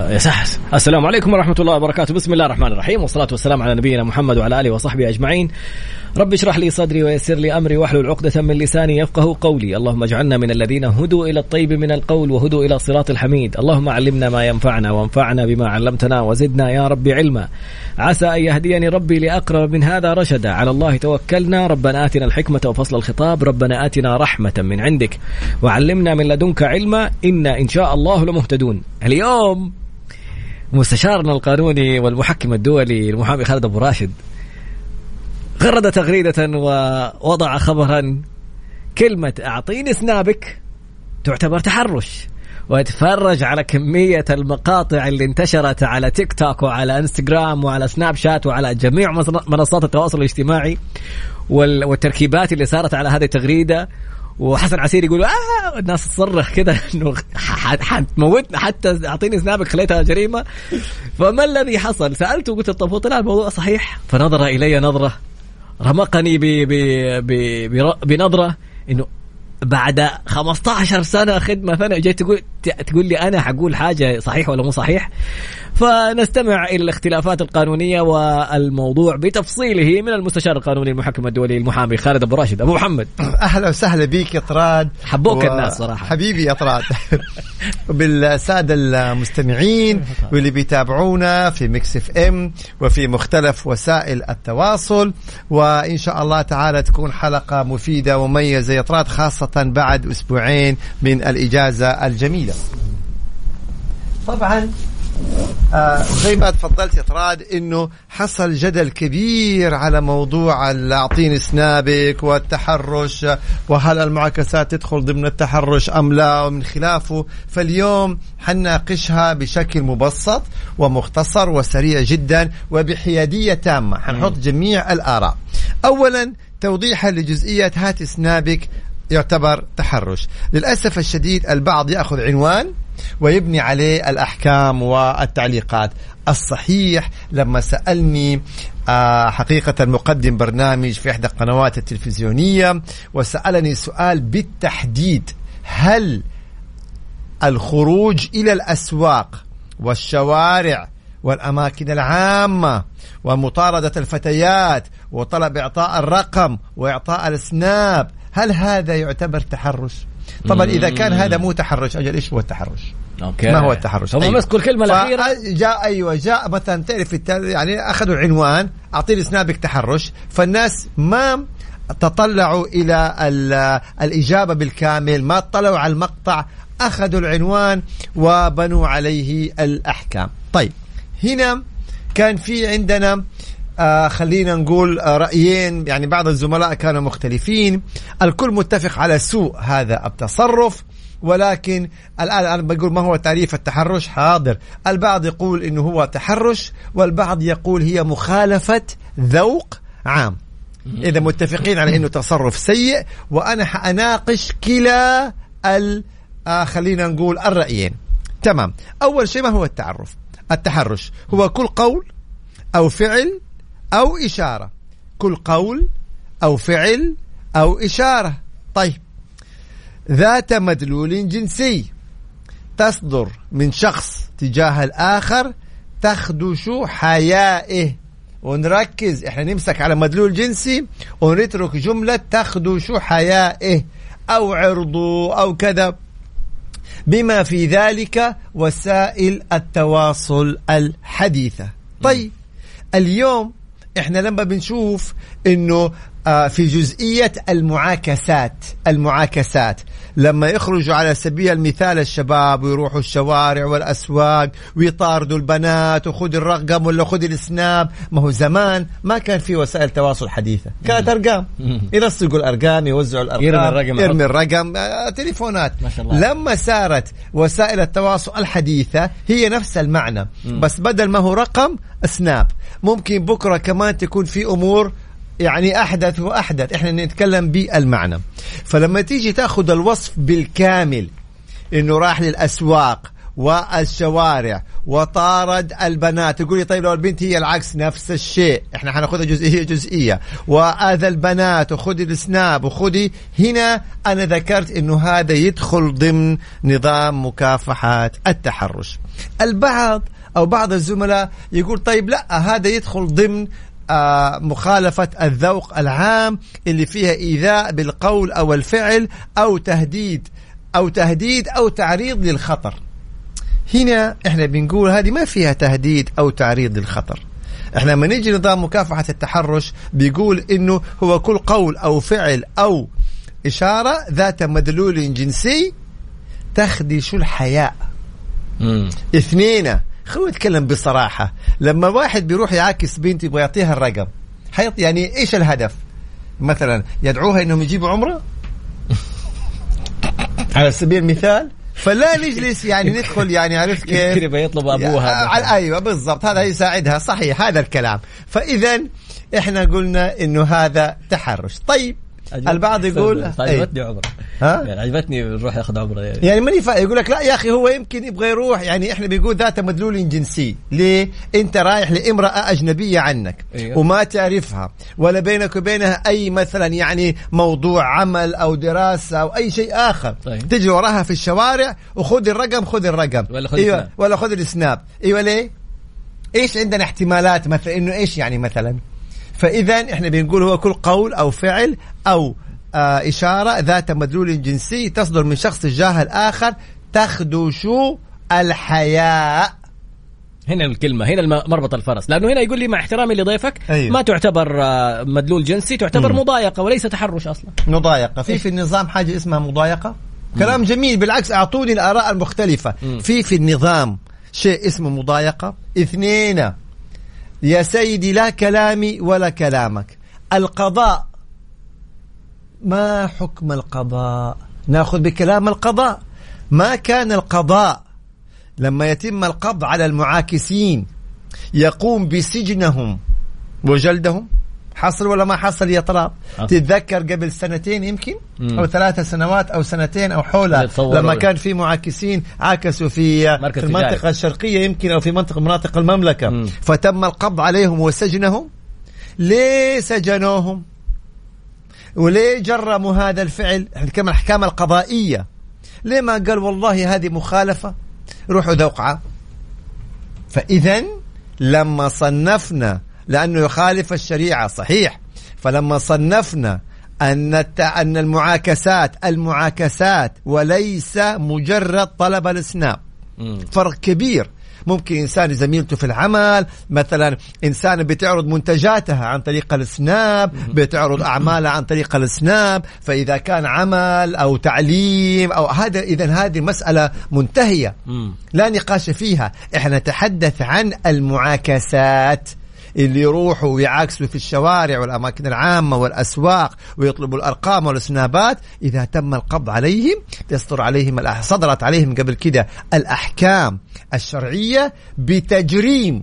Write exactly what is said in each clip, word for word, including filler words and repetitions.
يا سحس. السلام عليكم ورحمة الله وبركاته. بسم الله الرحمن الرحيم، والصلاة والسلام على نبينا محمد وعلى آله وصحبه أجمعين. رب اشرح لي صدري ويسر لي أمري واحلل عقدة من لساني يفقه قولي. اللهم اجعلنا من الذين هدوا إلى الطيب من القول وهدوا إلى صراط الحميد. اللهم علمنا ما ينفعنا وانفعنا بما علمتنا وزدنا يا رب علما. عسى أن يهديني ربي لأقرب من هذا رشدا. على الله توكلنا. ربنا آتنا الحكمة وفصل الخطاب. ربنا آتنا رحمة من عندك وعلمنا من لدنك علما إنا إن شاء الله لمهتدون. اليوم مستشارنا القانوني والمحكم الدولي المحامي خالد أبو راشد غرد تغريدة ووضع خبرا: كلمة أعطيني سنابك تعتبر تحرش. واتفرج على كمية المقاطع اللي انتشرت على تيك توك وعلى انستغرام وعلى سناب شات وعلى جميع منصات التواصل الاجتماعي والتركيبات اللي صارت على هذه التغريدة. وحسن عسير يقول آه الناس تصرخ كده إنه حتموتنا حتى أعطيني سنابك خليتها جريمة. فما الذي حصل؟ سألته وقلت طب طلع الموضوع صحيح؟ فنظر إلي نظرة، رمقني بنظرة إنه بعد خمسة عشر سنة خدمة فأنا جاي تقول تقول لي أنا حقول حاجة صحيح ولا مو صحيح؟ فنستمع إلى الاختلافات القانونية والموضوع بتفصيله من المستشار القانوني المحكم الدولي المحامي خالد أبو راشد. أبو محمد، أهلا وسهلا بيك يا طراد. حبوك و... الناس صراحة حبيبي يا طراد. وبالسادة المستمعين واللي بيتابعونا في ميكس اف ام وفي مختلف وسائل التواصل، وإن شاء الله تعالى تكون حلقة مفيدة ومميزة يا طراد، خاصة بعد أسبوعين من الإجازة الجميلة. طبعا آه زي ما تفضلت يا طراد انه حصل جدل كبير على موضوع اعطيني سنابك والتحرش، وهل المعاكسات تدخل ضمن التحرش ام لا ومن خلافه. فاليوم حنناقشها بشكل مبسط ومختصر وسريع جدا وبحيادية تامة. حنحط جميع الآراء. اولا توضيحا لجزئية هات سنابك يعتبر تحرش. للأسف الشديد البعض يأخذ عنوان ويبني عليه الأحكام والتعليقات. الصحيح لما سألني حقيقة مقدم برنامج في إحدى القنوات التلفزيونية وسألني سؤال بالتحديد: هل الخروج إلى الأسواق والشوارع والأماكن العامة ومطاردة الفتيات وطلب إعطاء الرقم وإعطاء السناب هل هذا يعتبر تحرش؟ طبعا إذا كان هذا مو تحرش أجل إيش هو التحرش؟ أوكي. ما هو التحرش؟ هم أيوة. مسكوا الكلمة الأخيرة. جاء أيوة جاء مثلا تعرف يعني أخذوا عنوان أعطيني سنابك تحرش، فالناس ما تطلعوا إلى الإجابة بالكامل، ما طلعوا على المقطع، أخذوا العنوان وبنوا عليه الأحكام. طيب هنا كان في عندنا آه خلينا نقول آه رأيين، يعني بعض الزملاء كانوا مختلفين. الكل متفق على سوء هذا التصرف، ولكن الآن أنا بقول ما هو تعريف التحرش. حاضر، البعض يقول إنه هو تحرش والبعض يقول هي مخالفة ذوق عام. إذا متفقين على إنه تصرف سيء، وأنا حأناقش كلا ال آه خلينا نقول الرأيين. تمام. أول شيء ما هو التعرف؟ التحرش هو كل قول أو فعل أو إشارة، كل قول أو فعل أو إشارة طيب ذات مدلول جنسي تصدر من شخص تجاه الآخر تخدش حيائه. ونركز، احنا نمسك على مدلول جنسي ونترك جملة تخدش حيائه أو عرضه أو كذا، بما في ذلك وسائل التواصل الحديثة. طيب اليوم احنا لما بنشوف انه آه في جزئية المعاكسات المعاكسات لما يخرجوا على سبيل المثال الشباب ويروحوا الشوارع والأسواق ويطاردوا البنات وخذ الرقم ولا خذ السناب، ما هو زمان ما كان في وسائل تواصل حديثة، كانت أرقام، يلصقوا الأرقام، يوزعوا الأرقام، يرمي الرقم, يرمي الرقم آه تليفونات. لما صارت وسائل التواصل الحديثة هي نفس المعنى، بس بدل ما هو رقم سناب، ممكن بكرة كمان تكون في أمور يعني أحدث وأحدث، إحنا نتكلم بالمعنى. فلما تيجي تأخذ الوصف بالكامل إنه راح للأسواق والشوارع وطارد البنات. تقولي طيب لو البنت هي العكس نفس الشيء، احنا حناخذها جزئية جزئية، وآذى البنات وخذي السناب وخذي هنا. أنا ذكرت إنه هذا يدخل ضمن نظام مكافحة التحرش. البعض أو بعض الزملاء يقول طيب لا هذا يدخل ضمن آه مخالفة الذوق العام اللي فيها إيذاء بالقول أو الفعل أو تهديد أو تهديد أو تعريض للخطر. هنا احنا بنقول هذه ما فيها تهديد أو تعريض للخطر. احنا لما نيجي نظام مكافحة التحرش بيقول إنه هو كل قول أو فعل أو إشارة ذات مدلول جنسي تخدش الحياء. مم. اثنين، خلونا نتكلم بصراحة، لما واحد بيروح يعاكس بنت يبغى يعطيها الرقم حيط، يعني ايش الهدف؟ مثلا يدعوها انهم يجيبوا عمرة على سبيل المثال، فلا نجلس يعني ندخل يعني عرفت كيف يبغى يطلب ابوها. ايوه بالضبط، هذا يساعدها صحيح هذا الكلام. فاذا احنا قلنا انه هذا تحرش. طيب البعض يقول عجبتني عمره، ها يعني عجبتني نروح ياخذ عمره يعني, يعني ماني فاهم. يقول لك لا يا اخي هو يمكن يبغى يروح، يعني احنا بيقول ذات مدلول جنسي. ليه؟ انت رايح لامراه اجنبيه عنك أيوه. وما تعرفها ولا بينك وبينها اي مثلا يعني موضوع عمل او دراسه او اي شيء اخر. طيب. تجي وراها في الشوارع وخذ الرقم خذ الرقم ولا خذ ايوه ولا خذ السناب. ايوه ليه؟ ايش عندنا احتمالات مثلا انه ايش يعني مثلا. فإذا إحنا بنقول هو كل قول أو فعل أو آه إشارة ذات مدلول جنسي تصدر من شخص تجاه الآخر تخدش الحياء. هنا الكلمة، هنا مربط الفرس، لأنه هنا يقول لي مع احترامي لضيفك أيوه. ما تعتبر آه مدلول جنسي، تعتبر م. مضايقة وليس تحرش أصلا. مضايقة في في النظام حاجة اسمها مضايقة. م. كلام جميل، بالعكس أعطوني الآراء المختلفة. م. في في النظام شيء اسمه مضايقة. اثنين يا سيدي لا كلامي ولا كلامك. القضاء، ما حكم القضاء؟ ناخذ بكلام القضاء. ما كان القضاء لما يتم القبض على المعاكسين يقوم بسجنهم وجلدهم؟ حصل ولا ما حصل يا طلاب؟ تتذكر قبل سنتين يمكن مم. أو ثلاثة سنوات أو سنتين أو حولها لما كان في معاكسين عاكسوا في, في المنطقة تجاري. الشرقية يمكن أو في منطقة مناطق المملكة. مم. فتم القبض عليهم وسجنهم. ليه سجنوهم؟ وليه جرموا هذا الفعل؟ احنا كما الأحكام القضائية. ليه ما قال والله هذه مخالفة روحوا ذوقعة؟ فإذن لما صنفنا لأنه يخالف الشريعة صحيح، فلما صنفنا أن أن المعاكسات المعاكسات وليس مجرد طلب الإسناب. فرق كبير. ممكن إنسان زميلته في العمل مثلا، إنسان بتعرض منتجاتها عن طريق السناب، بتعرض أعمالها عن طريق السناب، فإذا كان عمل أو تعليم أو هذا، إذن هذه مسألة منتهية لا نقاش فيها. إحنا نتحدث عن المعاكسات اللي يروحوا ويعاكسوا في الشوارع والأماكن العامة والأسواق ويطلبوا الأرقام والسنابات. إذا تم القبض عليهم تصدر عليهم صدرت عليهم قبل كده الأحكام الشرعية بتجريم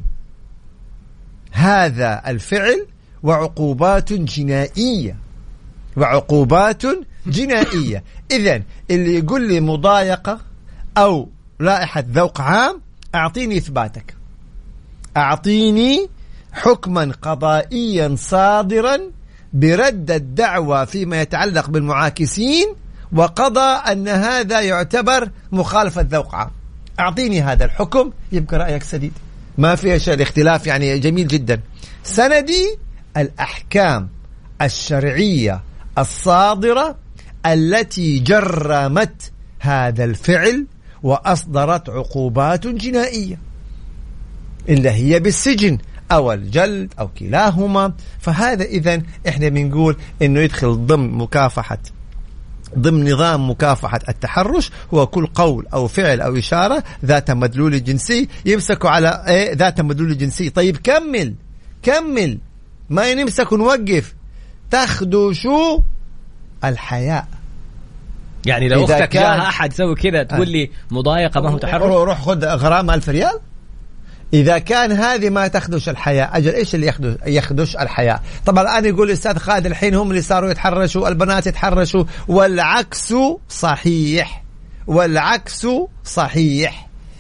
هذا الفعل وعقوبات جنائية وعقوبات جنائية. إذن اللي يقول لي مضايقة أو لائحة ذوق عام، أعطيني إثباتك، أعطيني حكما قضائيا صادرا برد الدعوى فيما يتعلق بالمعاكسين وقضى أن هذا يعتبر مخالفة ذوق عام. أعطيني هذا الحكم يبقى رأيك سديد، ما في شيء. الاختلاف يعني جميل جدا. سندي الأحكام الشرعية الصادرة التي جرمت هذا الفعل وأصدرت عقوبات جنائية إلا هي بالسجن أو الجلد أو كلاهما. فهذا إذن إحنا بنقول إنه يدخل ضمن مكافحة ضمن نظام مكافحة التحرش هو كل قول أو فعل أو إشارة ذات مدلول جنسي يمسكوا على إيه ذات مدلول جنسي. طيب كمل كمل، ما نمسك ونوقف. تخدشوا الحياء. يعني لو أختك جاء أحد سوي كذا تقول لي مضايقة ما هو تحرش، روح خد غرامة ألف ريال. إذا كان هذه ما تخدش الحياة، أجل إيش اللي يخدش, يخدش الحياة؟ طبعا الآن يقول الأستاذ خالد الحين هم اللي صاروا يتحرشوا، البنات يتحرشوا، والعكس صحيح والعكس صحيح.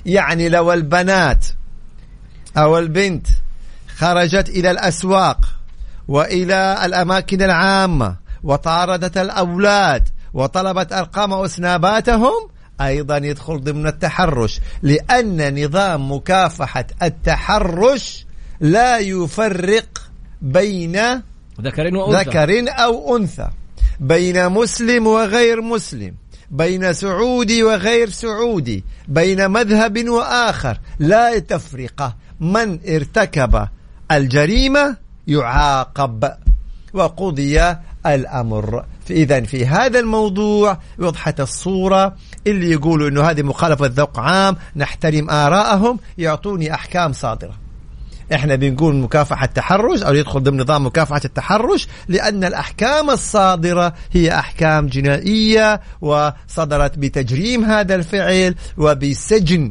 يعني لو البنات أو البنت خرجت إلى الأسواق وإلى الأماكن العامة وطاردت الأولاد وطلبت أرقام وسناباتهم أيضا يدخل ضمن التحرش، لأن نظام مكافحة التحرش لا يفرق بين ذكر وأنثى، ذكر أو أنثى، بين مسلم وغير مسلم، بين سعودي وغير سعودي، بين مذهب وآخر، لا تفرقة. من ارتكب الجريمة يعاقب وقضي الأمر. إذن في هذا الموضوع وضحت الصورة. اللي يقولوا إنه هذه مخالفة ذوق عام نحترم آراءهم، يعطوني أحكام صادرة. إحنا بنقول مكافحة التحرش أو يدخل ضمن نظام مكافحة التحرش، لأن الأحكام الصادرة هي أحكام جنائية وصدرت بتجريم هذا الفعل وبسجن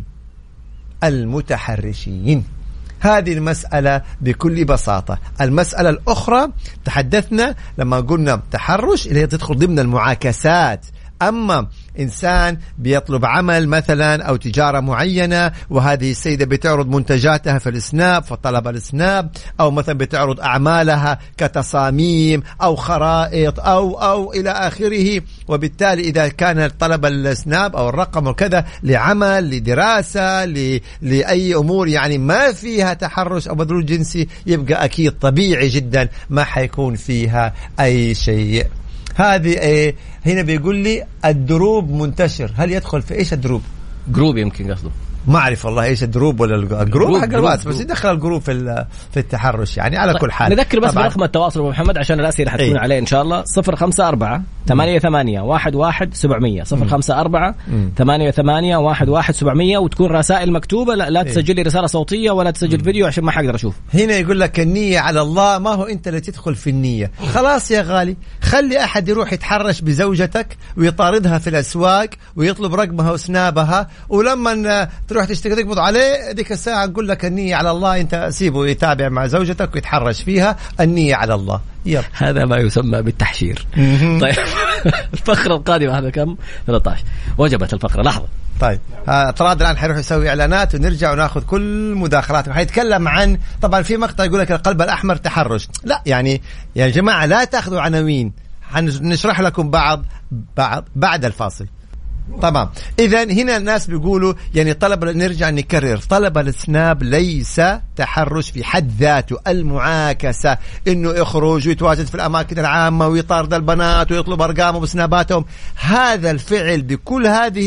المتحرشين. هذه المسألة بكل بساطة. المسألة الأخرى تحدثنا لما قلنا تحرش اللي هي تدخل ضمن المعاكسات. أما إنسان بيطلب عمل مثلا أو تجارة معينة، وهذه السيدة بتعرض منتجاتها في السناب فطلب السناب، أو مثلا بتعرض أعمالها كتصاميم أو خرائط أو أو إلى آخره، وبالتالي إذا كان طلب السناب أو الرقم وكذا لعمل لدراسة ل... لأي أمور يعني ما فيها تحرش أو مدلول جنسي، يبقى أكيد طبيعي جدا ما حيكون فيها أي شيء. هذه ايه هنا بيقول لي الدروب منتشر، هل يدخل في ايش الدروب؟ جروب يمكن قصده، ما اعرف والله ايش الدروب ولا الجروب حق الواتس، بس يدخل الجروب في في التحرش يعني. على كل حال نذكر بس برقم التواصل ابو محمد عشان الاسئله حتكون ايه؟ عليه ان شاء الله صفر خمسة أربعة ثمانية ثمانية واحد واحد سبعمية صفر خمسة أربعة ثمانية ثمانية واحد واحد سبعمية، وتكون رسائل مكتوبة، لا, لا ايه؟ تسجل لي رسالة صوتية ولا تسجل مم. فيديو عشان ما حقدر اشوف. هنا يقول لك النية على الله، ما هو انت اللي تدخل في النية. خلاص يا غالي، خلي احد يروح يتحرش بزوجتك ويطاردها في الاسواق ويطلب رقمها وسنابها، ولما تروح تشتكي تقبض عليه ديك الساعة نقول لك النية على الله، انت سيبه يتابع مع زوجتك ويتحرش فيها، النية على الله. يب. هذا ما يسمى بالتحشير. طيب الفقرة القادمة هذا كم؟ ثلاثة عشر وجبت الفقرة. لحظة. طيب طراد الآن حيروح يسوي إعلانات ونرجع وناخذ كل مداخلات. حيتكلم عن طبعا في مقطع يقول لك القلب الأحمر تحرش، لا يعني يا جماعة لا تأخذوا عناوين، حنشرح لكم بعض بعض بعد الفاصل. طبعا إذن هنا الناس بيقولوا يعني طلب، نرجع نكرر، طلب السناب ليس تحرش في حد ذاته. المعاكسة إنه يخرج ويتواجد في الأماكن العامة ويطارد البنات ويطلب أرقامهم وسناباتهم، هذا الفعل بكل هذه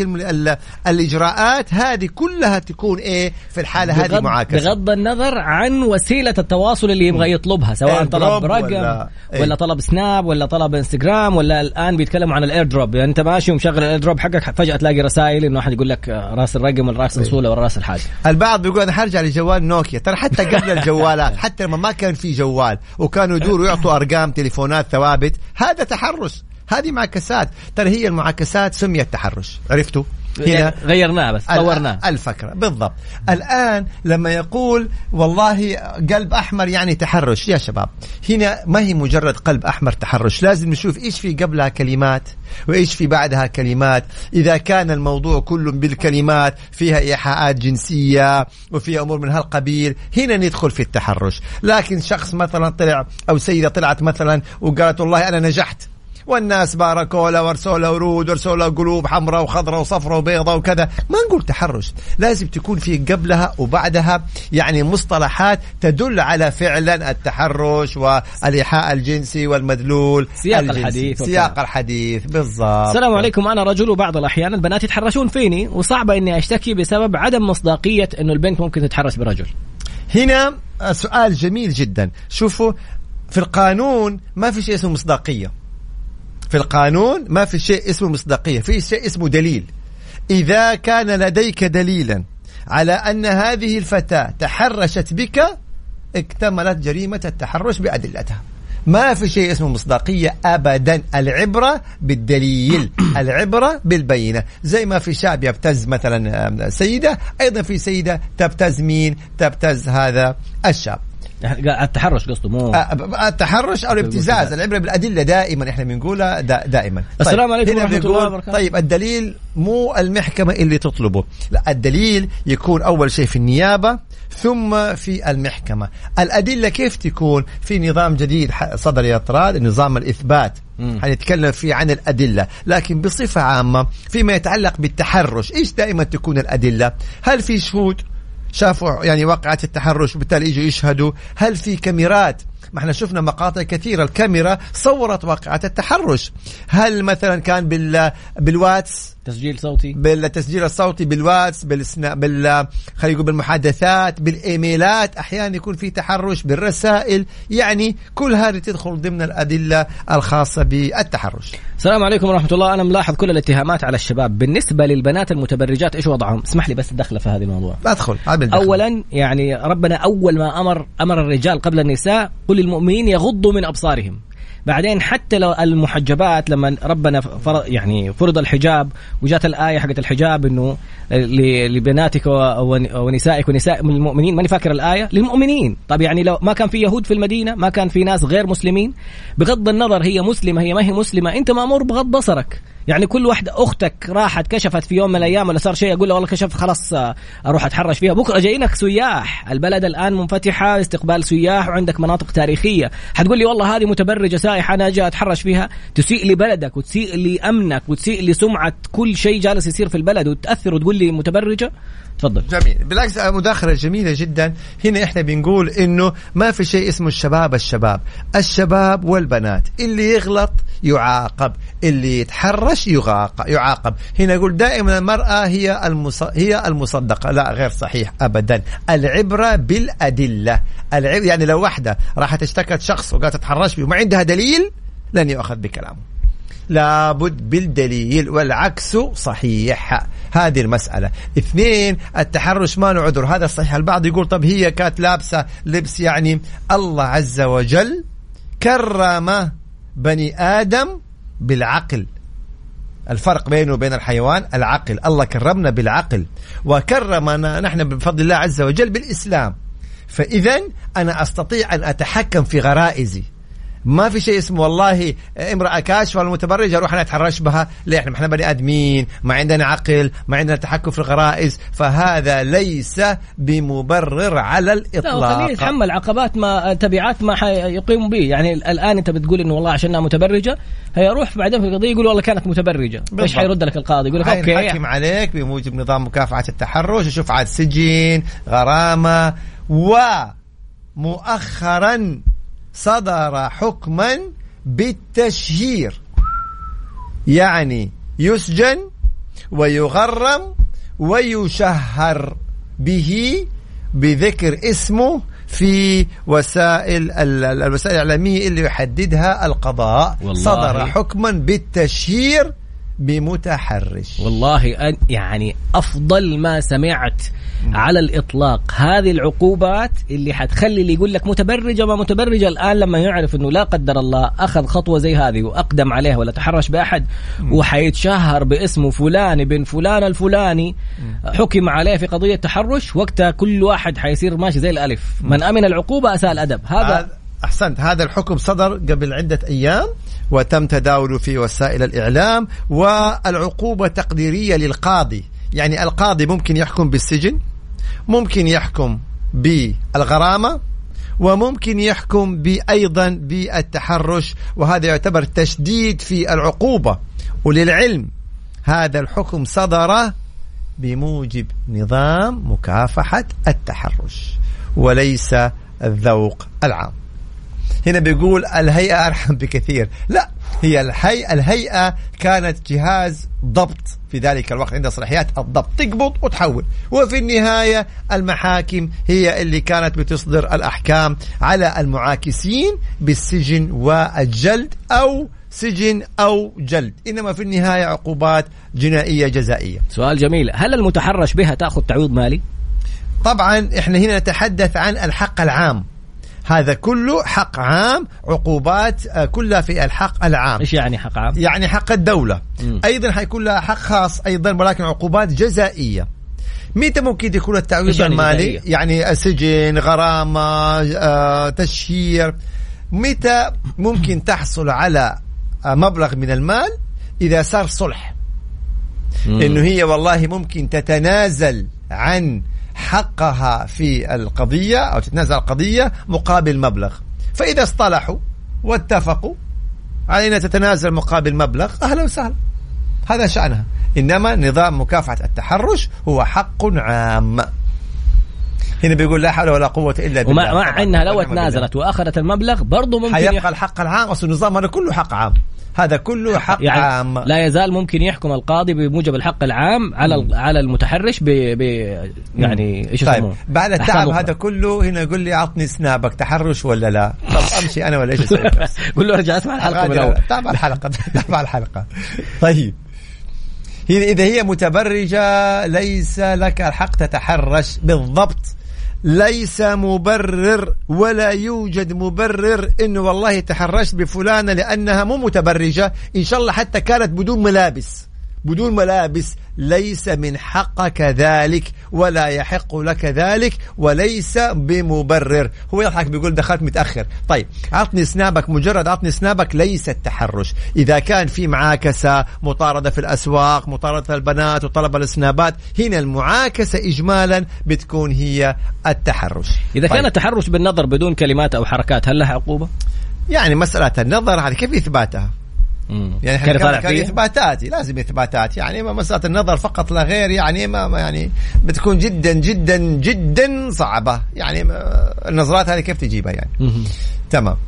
الإجراءات هذه كلها تكون إيه في الحالة هذه معاكسة، بغض النظر عن وسيلة التواصل اللي يبغى يطلبها، سواء طلب رقم ولا, ولا طلب سناب ولا طلب انستغرام، ولا الآن بيتكلموا عن الاير دروب. يعني أنت ماشي ومشغل الاير دروب حقك فجأة تلاقي رسائل إنه أحد يقول لك راس الرقم ولا راس الوصولة ولا راس الحاجة. البعض بيقول أنا حرجع لجوال نوكيا، ترى حتى قبل الجوالات حتى لما ما كان في جوال وكانوا يدوروا يعطوا أرقام تليفونات ثوابت، هذا تحرش، هذه معاكسات. ترى هي المعاكسات سميت تحرش، عرفتوا؟ هنا غيرناه بس طورناه الفكرة بالضبط. الآن لما يقول والله قلب أحمر يعني تحرش، يا شباب هنا ما هي مجرد قلب أحمر تحرش، لازم نشوف إيش في قبلها كلمات وإيش في بعدها كلمات. إذا كان الموضوع كله بالكلمات فيها إيحاءات جنسية وفيها أمور من هالقبيل، هنا ندخل في التحرش. لكن شخص مثلا طلع أو سيدة طلعت مثلا وقالت والله أنا نجحت والناس باركوا له وارسوا له ورود وارسوا له قلوب حمراء وخضراء وصفراء وبيضاء وكذا، ما نقول تحرش. لازم تكون في قبلها وبعدها يعني مصطلحات تدل على فعلا التحرش والإيحاء الجنسي والمدلول سياق الجنسي. الحديث سياق وكذا. الحديث بالضبط. السلام عليكم، أنا رجل وبعض الأحيان البنات يتحرشون فيني، وصعبة إني أشتكي بسبب عدم مصداقية إنه البنت ممكن تتحرش برجل. هنا سؤال جميل جدا. شوفوا في القانون ما في شيء اسمه مصداقية، في القانون ما في شيء اسمه مصداقية، في شيء اسمه دليل. إذا كان لديك دليلا على أن هذه الفتاة تحرشت بك اكتملت جريمة التحرش بأدلتها. ما في شيء اسمه مصداقية أبدا، العبرة بالدليل، العبرة بالبينة. زي ما في شاب يبتز مثلا سيدة، أيضا في سيدة تبتز مين؟ تبتز هذا الشاب. التحرش قصده مو التحرش أو الابتزاز. العبرة بالأدلة دائما إحنا بنقولها دائما. السلام عليكم ورحمة الله وبركاته. طيب الدليل مو المحكمة اللي تطلبه، لا الدليل يكون أول شيء في النيابة ثم في المحكمة. الأدلة كيف تكون؟ في نظام جديد صدر يا طراد، نظام الإثبات، حنتكلم فيه عن الأدلة. لكن بصفة عامة فيما يتعلق بالتحرش إيش دائما تكون الأدلة؟ هل في شهود شافوا يعني وقعت التحرش بالتالي يجوا يشهدوا؟ هل في كاميرات؟ ما احنا شفنا مقاطع كثيرة الكاميرا صورت وقعة التحرش. هل مثلا كان بال بالواتس تسجيل صوتي، بالتسجيل الصوتي بالواتس، بالسنا بال خلينا نقول بالمحادثات، بالايميلات، احيانا يكون في تحرش بالرسائل. يعني كل هذه تدخل ضمن الادله الخاصه بالتحرش. السلام عليكم ورحمه الله. انا ملاحظ كل الاتهامات على الشباب. بالنسبه للبنات المتبرجات ايش وضعهم؟ اسمح لي بس ادخل في هذا الموضوع. ادخل. اولا يعني ربنا اول ما امر امر الرجال قبل النساء قل للمؤمنين يغضوا من ابصارهم. بعدين حتى لو المحجبات لما ربنا فرض يعني فرض الحجاب وجات الآية حقت الحجاب إنه لبناتك ونسائك ونساء المؤمنين، ماني فاكر الآية، للمؤمنين. طب يعني لو ما كان في يهود في المدينة، ما كان في ناس غير مسلمين، بغض النظر هي مسلمة هي ما هي مسلمة، أنت مأمور بغض بصرك. يعني كل واحدة أختك راحت كشفت في يوم من الأيام ولا صار شيء أقول له والله كشفت خلاص أروح أتحرش فيها، بكرة جايينك سياح، البلد الآن منفتحة استقبال سياح وعندك مناطق تاريخية، حتقول لي والله هذه متبرجة سائحة أنا أجي أتحرش فيها. تسيء لبلدك وتسيء لأمنك وتسيء لسمعة كل شيء جالس يصير في البلد وتأثر وتقول لي متبرجة. تفضل. جميل. بالعكس مداخلة جميلة جدا. هنا احنا بنقول انه ما في شيء اسمه الشباب الشباب الشباب والبنات، اللي يغلط يعاقب، اللي يتحرش يعاقب. هنا يقول دائما المرأة هي المص... هي المصدقة، لا غير صحيح أبدا. العبرة بالأدلة. العبرة يعني لو واحدة راحت اشتكت شخص وقالت تتحرش به وما عندها دليل لن يؤخذ بكلامه، لابد بالدليل، والعكس صحيح. هذه المسألة. اثنين، التحرش ما له عذر، هذا صحيح. البعض يقول طب هي كانت لابسة لبس، يعني الله عز وجل كرم بني آدم بالعقل. الفرق بينه وبين الحيوان العقل. الله كرمنا بالعقل وكرمنا نحن بفضل الله عز وجل بالإسلام. فإذا أنا أستطيع أن أتحكم في غرائزي. ما في شيء اسمه والله امرأة كاشفة المتبرجة اروح انا اتحرش بها. ليه؟ احنا احنا بني ادمين، ما عندنا عقل، ما عندنا تحكم في الغرائز. فهذا ليس بمبرر على الاطلاق. خلينا نتحمل عقبات ما تبعات ما يقيم به. يعني الان انت بتقول انه والله عشانها متبرجة هيروح بعدين في القضية يقول والله كانت متبرجة، ايش حيرد لك القاضي؟ يقول لك اوكي حكم عليك بموجب نظام مكافحة التحرش، وشوف عاد سجن، غرامة. ومؤخرا صدر حكما بالتشهير، يعني يسجن ويغرم ويشهر به بذكر اسمه في وسائل الوسائل الإعلامية اللي يحددها القضاء. صدر حكما بالتشهير بمتحرش. والله يعني أفضل ما سمعت على الإطلاق. هذه العقوبات اللي حتخلي اللي يقول لك متبرجة ما متبرجة الآن لما يعرف أنه لا قدر الله أخذ خطوة زي هذه وأقدم عليها ولا تحرش بأحد وحيتشهر باسمه فلان بن فلان الفلاني حكم عليه في قضية تحرش، وقتها كل واحد حيصير ماشي زي الألف. من أمن العقوبة أساء الأدب. هذا أحسنت. هذا الحكم صدر قبل عدة أيام وتم تداوله في وسائل الإعلام. والعقوبة تقديرية للقاضي، يعني القاضي ممكن يحكم بالسجن، ممكن يحكم بالغرامة، وممكن يحكم أيضا بالتحرش، وهذا يعتبر تشديد في العقوبة. وللعلم هذا الحكم صدر بموجب نظام مكافحة التحرش وليس الذوق العام. هنا بيقول الهيئة أرحم بكثير. لا، هي الهيئة الهيئة كانت جهاز ضبط في ذلك الوقت، عندها صلاحيات الضبط، تقبض وتحول. وفي النهاية المحاكم هي اللي كانت بتصدر الأحكام على المعاكسين بالسجن والجلد أو سجن أو جلد. إنما في النهاية عقوبات جنائية جزائية. سؤال جميل، هل المتحرش بها تأخذ تعويض مالي؟ طبعا إحنا هنا نتحدث عن الحق العام. هذا كله حق عام، عقوبات كلها في الحق العام. إيش يعني حق عام؟ يعني حق الدولة. م. أيضا حيكون لها حق خاص أيضا، ولكن عقوبات جزائية. متى ممكن يكون التعويض يعني المالي؟ جدارية. يعني سجن، غرامة، آه، تشهير. متى ممكن تحصل على مبلغ من المال؟ إذا صار صلح، مم. إنه هي والله ممكن تتنازل عن حقها في القضية أو تتنازل القضية مقابل مبلغ. فإذا اصطلحوا واتفقوا علينا تتنازل مقابل مبلغ، أهلا وسهلا، هذا شأنها. إنما نظام مكافحة التحرش هو حق عام. هنا بيقول لا حول ولا قوة إلا بالله. ومع مع أنها لو تنازلت وأخذت المبلغ برضو ممكن حيبقى يح... الحق العام. أصل النظام هذا كله حق عام، هذا كله حق يعني عام. لا يزال ممكن يحكم القاضي بموجب الحق العام على م. على المتحرش ب... ب... يعني إيش طيب بعد التعب هذا كله هنا يقول لي عطني سنابك تحرش ولا لا؟ طب أمشي أنا ولا إيش أسوي؟ قول له ارجع اسمع الحلقة من أول. تابع الحلقة تابع الحلقة. طيب إذا هي متبرجة ليس لك الحق تتحرش. بالضبط، ليس مبرر ولا يوجد مبرر إنه والله تحرشت بفلانة لأنها مو متبرجة، إن شاء الله حتى كانت بدون ملابس بدون ملابس، ليس من حقك ذلك ولا يحق لك ذلك وليس بمبرر. هو يضحك بيقول دخلت متأخر. طيب عطني سنابك، مجرد عطني سنابك ليس التحرش. إذا كان في معاكسة، مطاردة في الأسواق، مطاردة البنات وطلب السنابات، هنا المعاكسة إجمالا بتكون هي التحرش. إذا طيب. كان التحرش بالنظر بدون كلمات أو حركات هل لها عقوبة؟ يعني مسألة النظر هذه كيف إثباتها؟ يعني احنا كان, كان اثباتات، لازم اثباتات، يعني ما مسألة النظر فقط لا غير، يعني ما يعني بتكون جدا جدا جدا صعبة. يعني النظرات هذه كيف تجيبها يعني؟ تمام.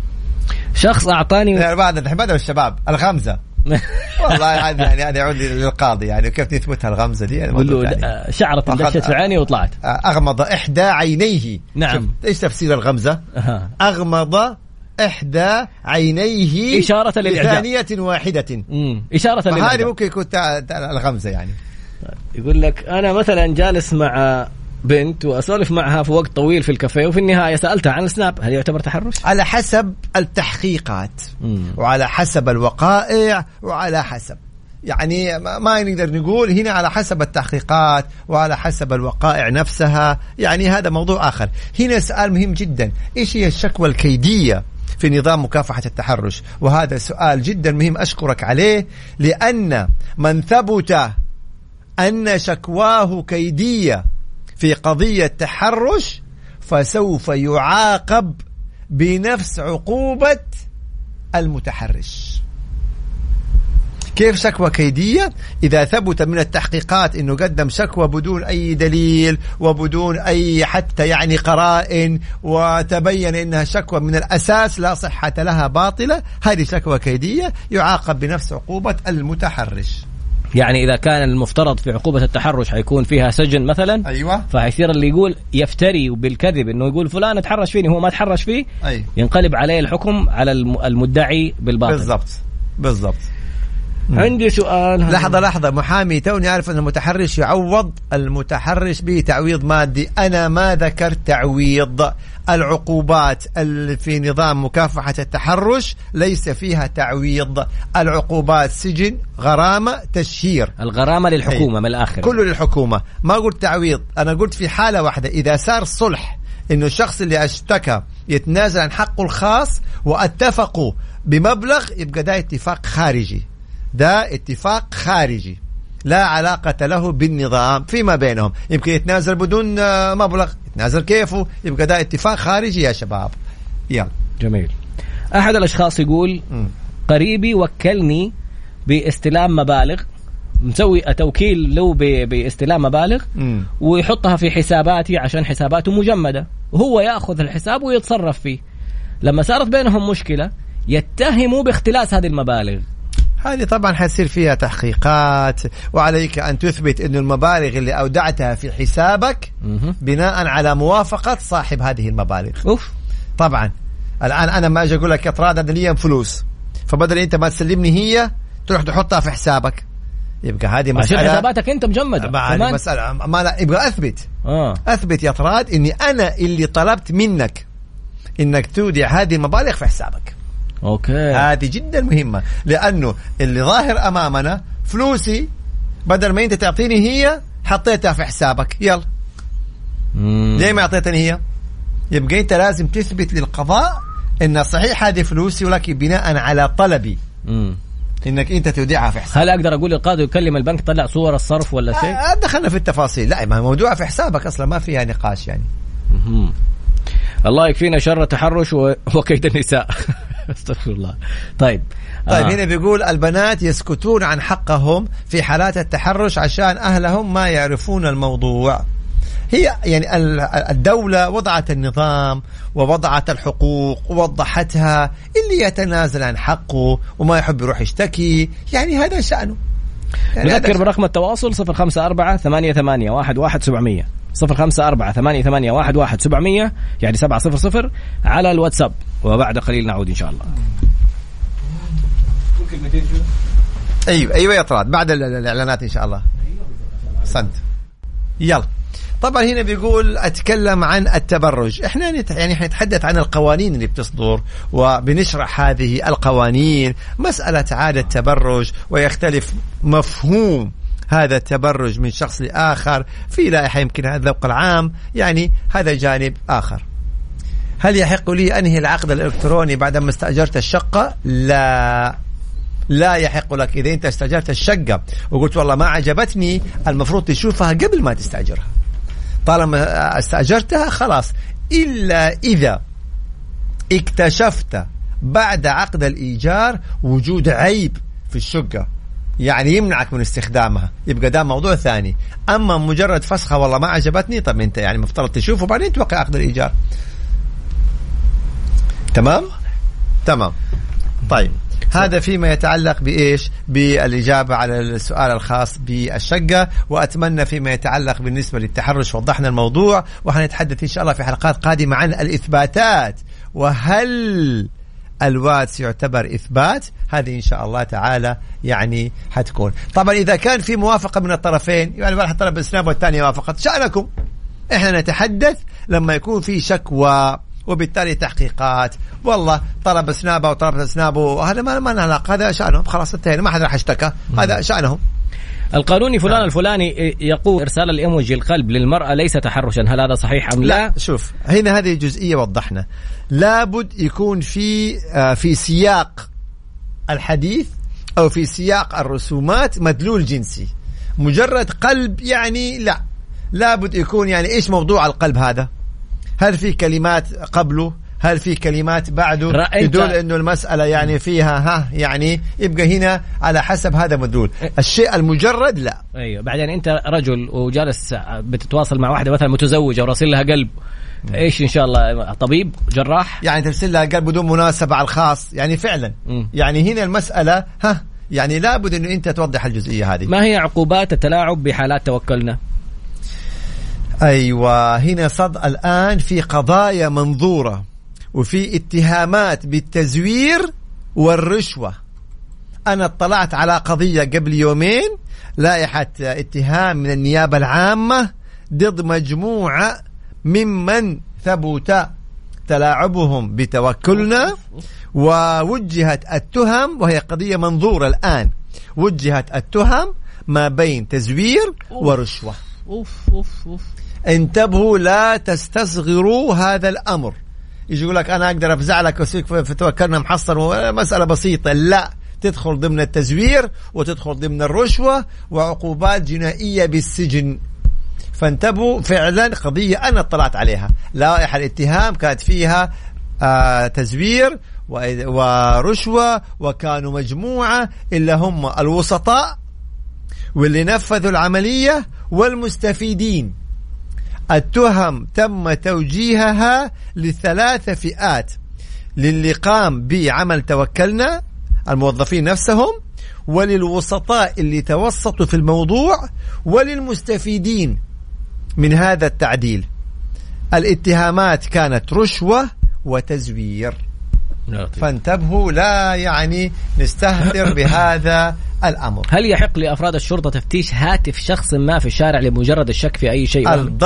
شخص اعطاني يعني بعد الحبادة والشباب الغمزة والله يعني هذا يعود للقاضي، يعني كيف تثبتها الغمزة دي؟ قول له شعرت دشت في عيني وطلعت. أغمض إحدى عينيه. نعم. إيش تفسير الغمزة؟ أه. أغمض إحدى عينيه إشارة للإعجاب، ثانية واحدة. مم. إشارة للإعجاب. فهذه ممكن يكون الغمزة يعني. يقول لك أنا مثلا جالس مع بنت وأسولف معها في وقت طويل في الكافيه وفي النهاية سألتها عن السناب، هل يعتبر تحرش؟ على حسب التحقيقات، مم. وعلى حسب الوقائع، وعلى حسب يعني ما نقدر نقول هنا، على حسب التحقيقات وعلى حسب الوقائع نفسها. يعني هذا موضوع آخر. هنا سؤال مهم جدا، إيش هي الشكوى الكيدية في نظام مكافحة التحرش؟ وهذا سؤال جدا مهم أشكرك عليه، لأن من ثبت أن شكواه كيدية في قضية تحرش فسوف يعاقب بنفس عقوبة المتحرش. كيف شكوى كيدية؟ إذا ثبت من التحقيقات أنه قدم شكوى بدون أي دليل وبدون أي حتى يعني قرائن، وتبين أنها شكوى من الأساس لا صحة لها، باطلة، هذه شكوى كيدية، يعاقب بنفس عقوبة المتحرش. يعني إذا كان المفترض في عقوبة التحرش حيكون فيها سجن مثلا، أيوة، فحيصير اللي يقول يفتري بالكذب إنه يقول فلان تحرش فيني هو ما تحرش فيه، أيوة، ينقلب عليه الحكم على المدعي بالباطل. بالضبط بالضبط. عندي سؤال. لحظة لحظة محامي، توني أعرف أن المتحرش يعوض المتحرش بتعويض مادي. أنا ما ذكرت تعويض. العقوبات في نظام مكافحة التحرش ليس فيها تعويض. العقوبات سجن، غرامة، تشهير. الغرامة للحكومة من الآخر، كله للحكومة. ما قلت تعويض، أنا قلت في حالة واحدة، إذا صار صلح إنه الشخص اللي اشتكى يتنازل عن حقه الخاص واتفقوا بمبلغ، يبقى ده اتفاق خارجي. ده اتفاق خارجي لا علاقة له بالنظام فيما بينهم. يمكن يتنازل بدون مبلغ، يتنازل كيفه، يبقى ده اتفاق خارجي يا شباب. يلا. جميل. أحد الأشخاص يقول م. قريبي وكلني باستلام مبالغ، مسوي توكيل له باستلام مبالغ م. ويحطها في حساباتي عشان حساباته مجمدة، وهو يأخذ الحساب ويتصرف فيه. لما صارت بينهم مشكلة يتهموا باختلاس هذه المبالغ. هذه طبعا حيصير فيها تحقيقات، وعليك أن تثبت أن المبالغ اللي أودعتها في حسابك بناء على موافقة صاحب هذه المبالغ. أوف. طبعا الآن أنا ما أجي أقول لك يا طراد هذا لي فلوس، فبدل أنت ما تسلمني هي تروح تحطها في حسابك، يبقى هذه مسألة عشان حساباتك أنت مجمدة. هذه مسألة ما لا يبقى أثبت آه. أثبت يا طراد إني أنا اللي طلبت منك إنك تودع هذه المبالغ في حسابك. أوكي. هذه جدا مهمة، لأنه اللي ظاهر أمامنا فلوسي، بدل ما أنت تعطيني هي حطيتها في حسابك، يلا ليه ما أعطيتني هي؟ يبقى أنت لازم تثبت للقضاء إن صحيح هذه فلوسي ولكن بناء على طلبي مم. إنك أنت تودعها في حسابك. هل أقدر أقول للقاضي يكلم البنك طلع صور الصرف ولا شيء؟ آه دخلنا في التفاصيل. لا، ما موضوع في حسابك أصلا ما فيها نقاش يعني. مم. الله يكفينا شر التحرش وكيد النساء. استغفر الله. طيب طيب آه. هنا بيقول البنات يسكتون عن حقهم في حالات التحرش عشان أهلهم ما يعرفون الموضوع. هي يعني الدولة وضعت النظام ووضعت الحقوق ووضحتها، اللي يتنازل عن حقه وما يحب يروح يشتكي يعني هذا شأنه. يعني نذكر برقم التواصل صفر خمسة أربعة ثمانية ثمانية واحد واحد سبعمية صفر خمسة أربعة ثمانية ثمانية واحد واحد سبعمية يعني سبعة صفر صفر على الواتساب. وبعد قليل نعود إن شاء الله. أيوة أيوة يا طراد بعد الإعلانات إن شاء الله. صند يلا. طبعا هنا بيقول أتكلم عن التبرج. إحنا نت... يعني نتحدث عن القوانين اللي بتصدر وبنشرح هذه القوانين. مسألة عادة تبرج ويختلف مفهوم هذا التبرج من شخص لآخر في لائحة يمكن هذا الذوق العام، يعني هذا جانب آخر. هل يحق لي أنهي العقد الإلكتروني بعدما استأجرت الشقة؟ لا لا يحق لك. إذا أنت استأجرت الشقة وقلت والله ما عجبتني، المفروض تشوفها قبل ما تستأجرها. طالما استأجرتها خلاص، إلا إذا اكتشفت بعد عقد الإيجار وجود عيب في الشقة يعني يمنعك من استخدامها، يبقى ده موضوع ثاني. أما مجرد فسخة والله ما عجبتني، طب أنت يعني مفترض تشوفه بعدين توقع عقد الإيجار. تمام تمام. طيب هذا فيما يتعلق بإيش؟ بالإجابة على السؤال الخاص بالشقة. وأتمنى فيما يتعلق بالنسبة للتحرش وضحنا الموضوع، وحنتحدث إن شاء الله في حلقات قادمة عن الإثباتات، وهل الواتس يعتبر إثبات؟ هذه إن شاء الله تعالى يعني حتكون. طبعا إذا كان في موافقة من الطرفين، يعني واحد طلب السناب والثاني وافقت، شأنكم. إحنا نتحدث لما يكون في شكوى وبالتالي تحقيقات، والله طلب سنابه وطلب سنابه، هذا ما ما علاقة، هذا شأنهم، خلاص انتهينا، ما حد راح يشتكى، هذا شأنهم. القانوني فلان آه. الفلاني يقول إرسال الإيموجي القلب للمرأة ليس تحرشا، هل هذا صحيح أم لا؟ لا شوف، هنا هذه جزئية وضحنا، لابد يكون في آه في سياق الحديث أو في سياق الرسومات مدلول جنسي. مجرد قلب يعني لا، لابد يكون يعني إيش موضوع القلب هذا؟ هل في كلمات قبله؟ هل في كلمات بعده تدل انه المسألة يعني فيها ها يعني يبقى هنا على حسب هذا مدلول. الشيء المجرد لا. ايوه بعدين انت رجل وجالس بتتواصل مع واحدة مثلا متزوجة وراسل لها قلب، ايش ان شاء الله طبيب جراح يعني ترسل لها قلب بدون مناسبة على الخاص يعني فعلا م. يعني هنا المسألة ها يعني لابد انه انت توضح الجزئية هذه. ما هي عقوبات التلاعب بحالات توكلنا؟ أيوة هنا صد الآن في قضايا منظورة وفي اتهامات بالتزوير والرشوة. أنا اطلعت على قضية قبل يومين، لائحة اتهام من النيابة العامة ضد مجموعة ممن ثبت تلاعبهم بتوكلنا، ووجهت التهم، وهي قضية منظورة الآن، وجهت التهم ما بين تزوير ورشوة. أوف أوف أوف. انتبهوا لا تستصغروا هذا الأمر. يجي يقول لك أنا أقدر أفزع لك وسيك في توكلنا محصر، مسألة بسيطة، لا، تدخل ضمن التزوير وتدخل ضمن الرشوة وعقوبات جنائية بالسجن. فانتبهوا فعلا قضية أنا اطلعت عليها، لائحة الاتهام كانت فيها آه تزوير ورشوة، وكانوا مجموعة إلا هم الوسطاء واللي نفذوا العملية والمستفيدين. التهم تم توجيهها لثلاث فئات: للي قام بعمل توكلنا الموظفين نفسهم، وللوسطاء اللي توسطوا في الموضوع، وللمستفيدين من هذا التعديل. الاتهامات كانت رشوة وتزوير، فانتبهوا لا يعني نستهتر بهذا الأمر. هل يحق لأفراد الشرطة تفتيش هاتف شخص ما في الشارع لمجرد الشك في أي شيء؟ الضبط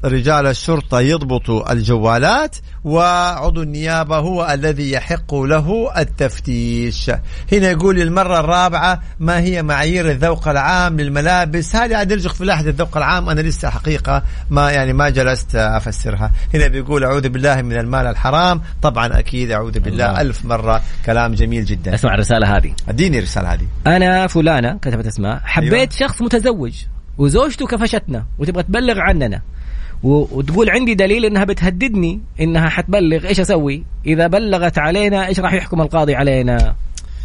رجال الشرطة يضبطوا الجوالات، وعضو النيابة هو الذي يحق له التفتيش. هنا يقول المرة الرابعة ما هي معايير الذوق العام للملابس؟ هذه عاد يرجع في لاحظ الذوق العام، أنا لسه حقيقة ما يعني ما جلست أفسرها. هنا بيقول أعوذ بالله من المال الحرام، طبعا أكيد أعوذ بالله الله. ألف مرة، كلام جميل جدا. اسمع الرسالة هذه، اديني الرسالة هذه. أنا فلانة كتبت اسمها، حبيت أيوة. شخص متزوج وزوجته كفشتنا وتبغى تبلغ عننا، وتقول عندي دليل انها بتهددني انها حتبلغ، ايش اسوي؟ اذا بلغت علينا ايش راح يحكم القاضي علينا؟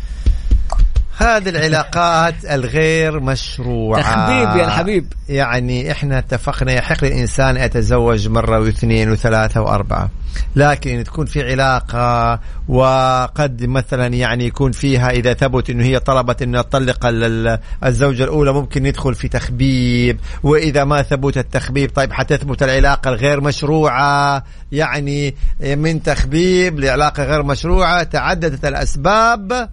هذه العلاقات الغير مشروعة تخبيب يا الحبيب. يعني احنا اتفقنا يحق للإنسان يتزوج مرة واثنين وثلاثة وأربعة، لكن تكون في علاقة وقد مثلا يعني يكون فيها إذا ثبت إنه هي طلبت إنه تطلق الزوجة الأولى ممكن ندخل في تخبيب، وإذا ما ثبت التخبيب طيب حتثبت العلاقة الغير مشروعة، يعني من تخبيب لعلاقة غير مشروعة تعددت الأسباب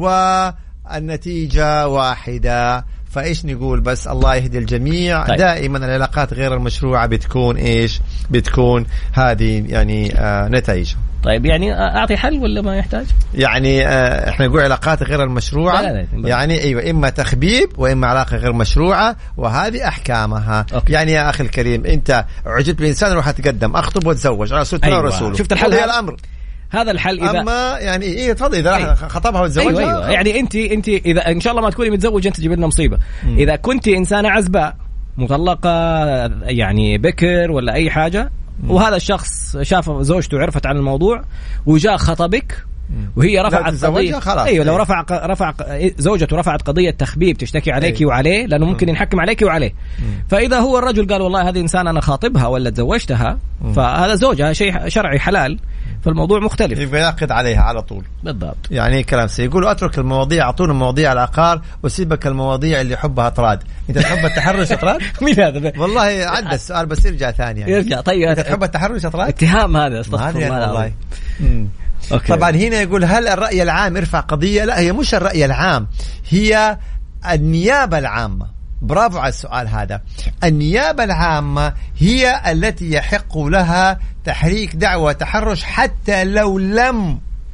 والنتيجة واحدة. فإيش نقول؟ بس الله يهدي الجميع. طيب. دائما العلاقات غير المشروعة بتكون إيش؟ بتكون هذه يعني آه نتائج. طيب يعني أعطي حل ولا ما يحتاج؟ يعني آه إحنا نقول علاقات غير المشروعة لا لا لا. يعني أيوة إما تخبيب وإما علاقة غير مشروعة، وهذه أحكامها. أوكي. يعني يا أخي الكريم أنت عجبت بإنسان روح أتقدم أخطب وتزوج على سنة أيوة. ورسوله. شفت الحل؟ هذا الأمر هذا الحل. إذا أما يعني إيه تفضل إذا أيوة. خطبها وتزوجها أيوة أيوة. يعني أنت أنت إذا إن شاء الله ما تكوني متزوجة أنت تجيب لنا مصيبة. م. إذا كنت إنسانة عزباء مطلقة يعني بكر ولا أي حاجة، م. وهذا الشخص شاف زوجته وعرفت عن الموضوع وجاء خطبك وهي رفعت قضية، أيوة لو رفع رفع زوجته رفعت قضية تخبيب تشتكي عليك أيوة. وعليه، لأنه ممكن ينحكم عليك وعليه. م. فإذا هو الرجل قال والله هذه إنسان أنا خاطبها ولا تزوجتها، م. فهذا زوجها شيء شرعي حلال، فالموضوع مختلف، يبقى يعقد عليها على طول. بالضبط. يعني كلام سيقولوا اترك المواضيع، اعطونا مواضيع العقار وسيبك المواضيع اللي يحبها اطراد. انت تحب التحرش اطراد؟ مين هذا؟ والله عدى السؤال بس يرجع ثاني يعني. يرجع. طيب انت تحب التحرش اطراد؟ اتهام هذا استغفر الله والله. طبعا هنا يقول هل الرأي العام يرفع قضية؟ لا، هي مش الرأي العام، هي النيابة العامة. برافو على السؤال هذا. النيابة العامة هي التي يحق لها تحريك دعوى تحرش حتى لو لم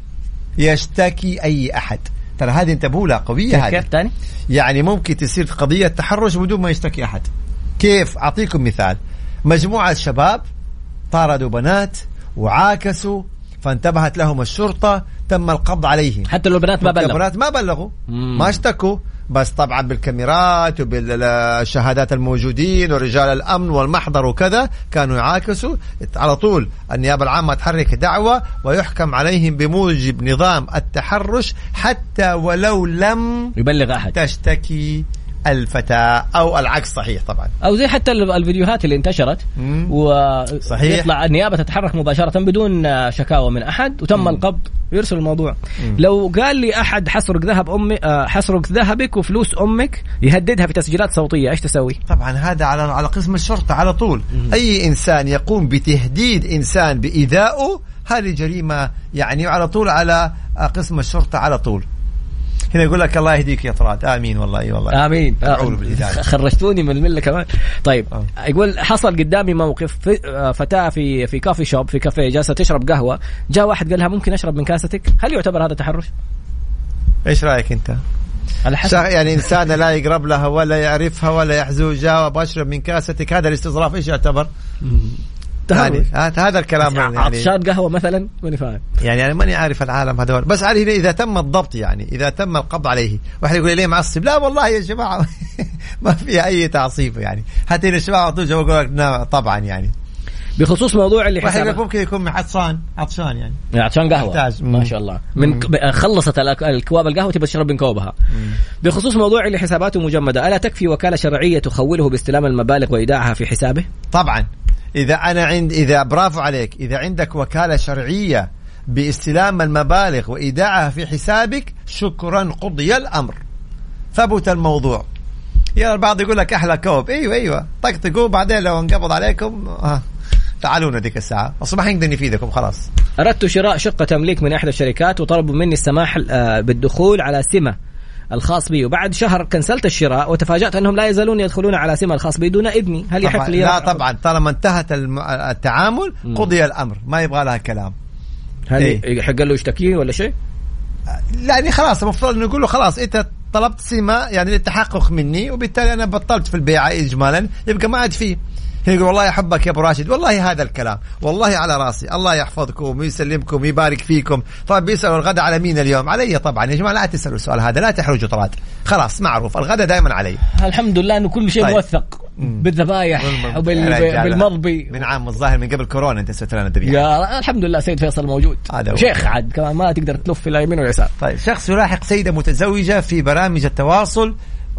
يشتكي أي أحد. ترى هذه انتبهوا لها قوية. كيف تاني؟ يعني ممكن تصير قضية تحرش بدون ما يشتكي أحد. كيف؟ أعطيكم مثال. مجموعة شباب طاردوا بنات وعاكسوا، فانتبهت لهم الشرطة، تم القبض عليهم حتى لو البنات ما بلغوا. البنات ما بلغوا مم. ما اشتكوا، بس طبعا بالكاميرات وبالشهادات الموجودين ورجال الأمن والمحضر وكذا كانوا يعاكسوا، على طول النيابة العامة تحرك دعوة ويحكم عليهم بموجب نظام التحرش حتى ولو لم يبلغ أحد تشتكي الفتاة، أو العكس صحيح طبعا، أو زي حتى الفيديوهات اللي انتشرت ويطلع النيابة تتحرك مباشرة بدون شكاوى من أحد وتم مم. القبض ويرسل الموضوع. مم. لو قال لي أحد حسرق ذهب أمي حسرق ذهبك وفلوس أمك يهددها في تسجيلات صوتية، إيش تسوي؟ طبعا هذا على على قسم الشرطة على طول. مم. أي إنسان يقوم بتهديد إنسان بإيذائه هذه جريمة يعني على طول على قسم الشرطة على طول. هنا يقول لك الله يهديك يا طراد. آمين والله. أي والله آمين. خرجتوني من الملة كمان. طيب أوه. يقول حصل قدامي موقف فتاة في في كافي شوب في كافيه جالسة تشرب قهوة، جاء واحد قال لها ممكن أشرب من كاستك، هل يعتبر هذا تحرش؟ إيش رأيك أنت؟ على حسب. يعني إنسان لا يقرب لها ولا يعرفها ولا يحزو، جاء بشرب من كاستك، هذا الاستظراف إيش يعتبر؟ يعني هذا الكلام يعني عطشان قهوة مثلا ماني فاهم يعني أنا ماني عارف العالم هذول، بس عليه إذا تم الضبط يعني إذا تم القبض عليه. واحد يقول لي معصب، لا والله يا جماعة ما فيها أي تعصيب يعني، حتى الشباب على طول جواب يقول طبعا يعني. بخصوص موضوع اللي حسابه ممكن يكون عطشان عطشان يعني عطشان قهوة ما شاء الله من خلصت الكواب القهوة تبى تشرب من كوبها. بخصوص موضوع اللي حساباته مجمدة، ألا تكفي وكالة شرعية تخوله باستلام المبالغ وإيداعها في حسابه؟ طبعا إذا أنا عند إذا برافو عليك إذا عندك وكالة شرعية باستلام المبالغ وإيداعها في حسابك شكرا قضي الأمر، ثبت الموضوع. يا البعض يقول لك أحلى كوب، أيوة أيوة طقطقوا بعدين لو انقبض عليكم آه. تعالونا ديك الساعة أصلا ما حنقدر نفيدكم خلاص. أردت شراء شقة تمليك من إحدى الشركات وطلبوا مني السماح بالدخول على سمة الخاص بي وبعد شهر كنسلت الشراء وتفاجأت أنهم لا يزالون يدخلون على سمة الخاص بي دون إذني، هل يحق لي؟ لا طبعا، طالما انتهت التعامل قضي الأمر، ما يبغى لها كلام. هل إيه؟ يحق له يشتكيه ولا شيء؟ يعني خلاص المفروض نقول له خلاص أنت طلبت سمة يعني للتحقق مني، وبالتالي أنا بطلت في البيع إجمالا، يبقى ما عاد فيه. يقول والله يحبك يا أبو راشد، والله هذا الكلام والله على راسي، الله يحفظكم ويسلمكم ويبارك فيكم. طبعا بيسألوا الغداء على مين اليوم؟ علي طبعا يا جماعة، لا تسألوا السؤال هذا، لا تحرجوا طراد، خلاص معروف الغداء دائما علي. الحمد لله إنه كل شيء طيب. موثق بالذبايح وبالمربي من عام الظاهر من قبل كورونا أنت سويت لنا الذبيحة. يا الحمد لله سيد فيصل موجود، شيخ عاد كمان ما تقدر تلف في اليمين واليسار. طيب شخص يلاحق سيدة متزوجة في برامج التواصل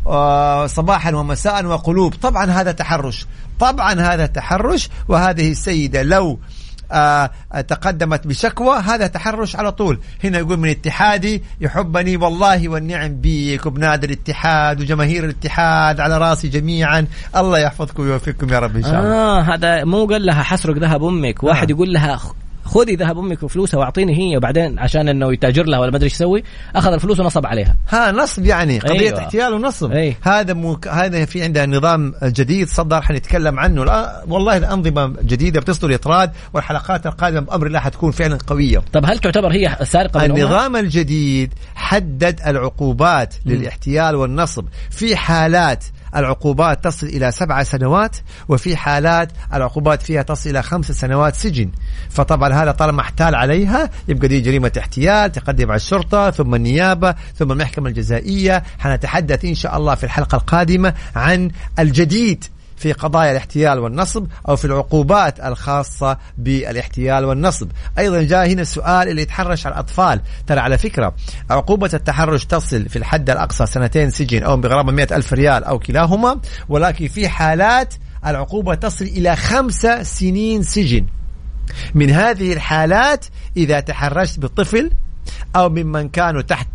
صباحا ومساء وقلوب، طبعا هذا تحرش، طبعا هذا تحرش. وهذه السيدة لو آه تقدمت بشكوى هذا تحرش على طول. هنا يقول من اتحادي يحبني والله والنعم بيك وبنادي الاتحاد وجماهير الاتحاد على راسي جميعا، الله يحفظكم ويوفقكم يا رب إن شاء الله. آه هذا مو قال لها حسرق ذهب أمك، واحد آه. يقول لها خذي ذهب أمك وفلوسها واعطيني هي، وبعدين عشان انه يتاجر لها ولا ما ادري ايش يسوي اخذ الفلوس ونصب عليها. ها نصب يعني قضيه أيوة. احتيال ونصب. أيوة. هذا مك... هذا في عندها نظام جديد صدر حنتكلم عنه. لا والله الانظمه جديده بتصدر اطراد، والحلقات القادمه بامر الله حتكون فعلا قويه. طب هل تعتبر هي سارقه؟ النظام الجديد حدد العقوبات م. للاحتيال والنصب. في حالات العقوبات تصل إلى سبع سنوات، وفي حالات العقوبات فيها تصل إلى خمس سنوات سجن. فطبعا هذا طالما احتال عليها يبقى دي جريمة احتيال، تقدم على الشرطة ثم النيابة ثم المحكمة الجزائية. حنتحدث إن شاء الله في الحلقة القادمة عن الجديد في قضايا الاحتيال والنصب أو في العقوبات الخاصة بالاحتيال والنصب. أيضا جاء هنا السؤال اللي يتحرش على الأطفال. ترى على فكرة عقوبة التحرش تصل في الحد الأقصى سنتين سجن أو بغرامة مئة ألف ريال أو كلاهما، ولكن في حالات العقوبة تصل إلى خمس سنين سجن. من هذه الحالات إذا تحرشت بالطفل أو ممن كانوا تحت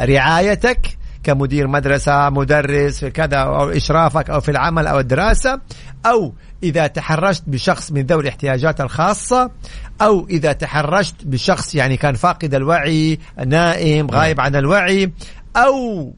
رعايتك كمدير مدرسة، مدرس في كذا، أو إشرافك أو في العمل أو الدراسة، أو إذا تحرشت بشخص من ذوي الاحتياجات الخاصة، أو إذا تحرشت بشخص يعني كان فاقد الوعي، نائم، غايب عن الوعي، أو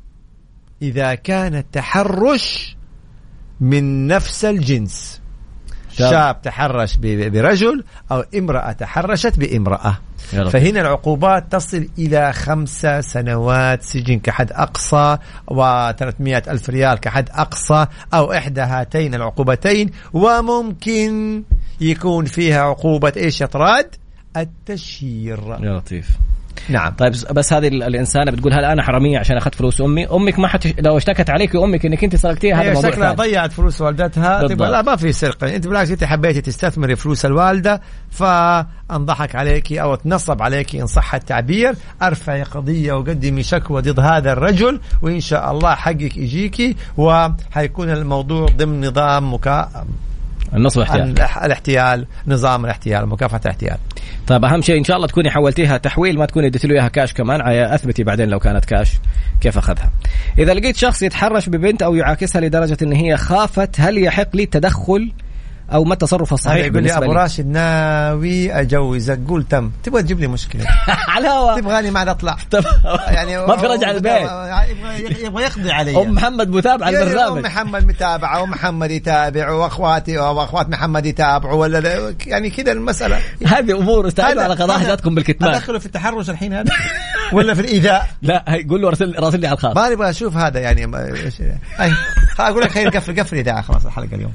إذا كان التحرش من نفس الجنس، شاب تحرش برجل أو امرأة تحرشت بامرأة، فهنا العقوبات تصل إلى خمس سنوات سجن كحد أقصى وثلاثمائة ألف ريال كحد أقصى، أو إحدى هاتين العقوبتين. وممكن يكون فيها عقوبة إيش يا طراد؟ التشهير. يا لطيف. نعم. طيب بس هذه الإنسانة بتقول هل أنا حرامية عشان أخذت فلوس أمي؟ أمك ما حت... لو اشتكت عليك أمك إنك أنت سرقتيها هذا موضوع ثاني. ضيعت فلوس والدتها. تبقى لا ما في سرقة، أنت بالعكس أنت حبيتي تستثمري فلوس الوالدة فانضحك عليكي أو تنصب عليكي إن صح التعبير. أرفعي قضية وقدمي شكوى ضد هذا الرجل وإن شاء الله حقك يجيكي، وحيكون الموضوع ضمن نظام مكا النصب الاحتيال. الاحتيال نظام الاحتيال مكافحة الاحتيال. طيب أهم شيء إن شاء الله تكوني حولتيها تحويل، ما تكوني اديتي له إياها كاش كمان. أثبتي بعدين لو كانت كاش كيف أخذها. إذا لقيت شخص يتحرش ببنت أو يعاكسها لدرجة إن هي خافت، هل يحق لي التدخل أو ما التصرف الصحيح؟ يقول لي أبو راشد ناوي أجوزك، قول تم، تبغى تجيب لي مشكلة على هوا، تبغاني ما أطلع يعني ما في رجع البيت، يبغى يقضي علي. أم محمد متابعة البرنامج، أم محمد متابعة ومحمد يتابع وأخواتي وأخوات محمد يتابعوا، ولا يعني كده المسألة. هذه أمور استعدوا على قضاء حاجاتكم بالكتمان. أدخله في التحرش الحين هذا ولا في الإيذاء؟ لا يقول له راسل راسل لي على الخاص، ما أبغى أشوف هذا يعني. أي أقول لك خير قفل قفل إذاعة خلاص الحلقة اليوم.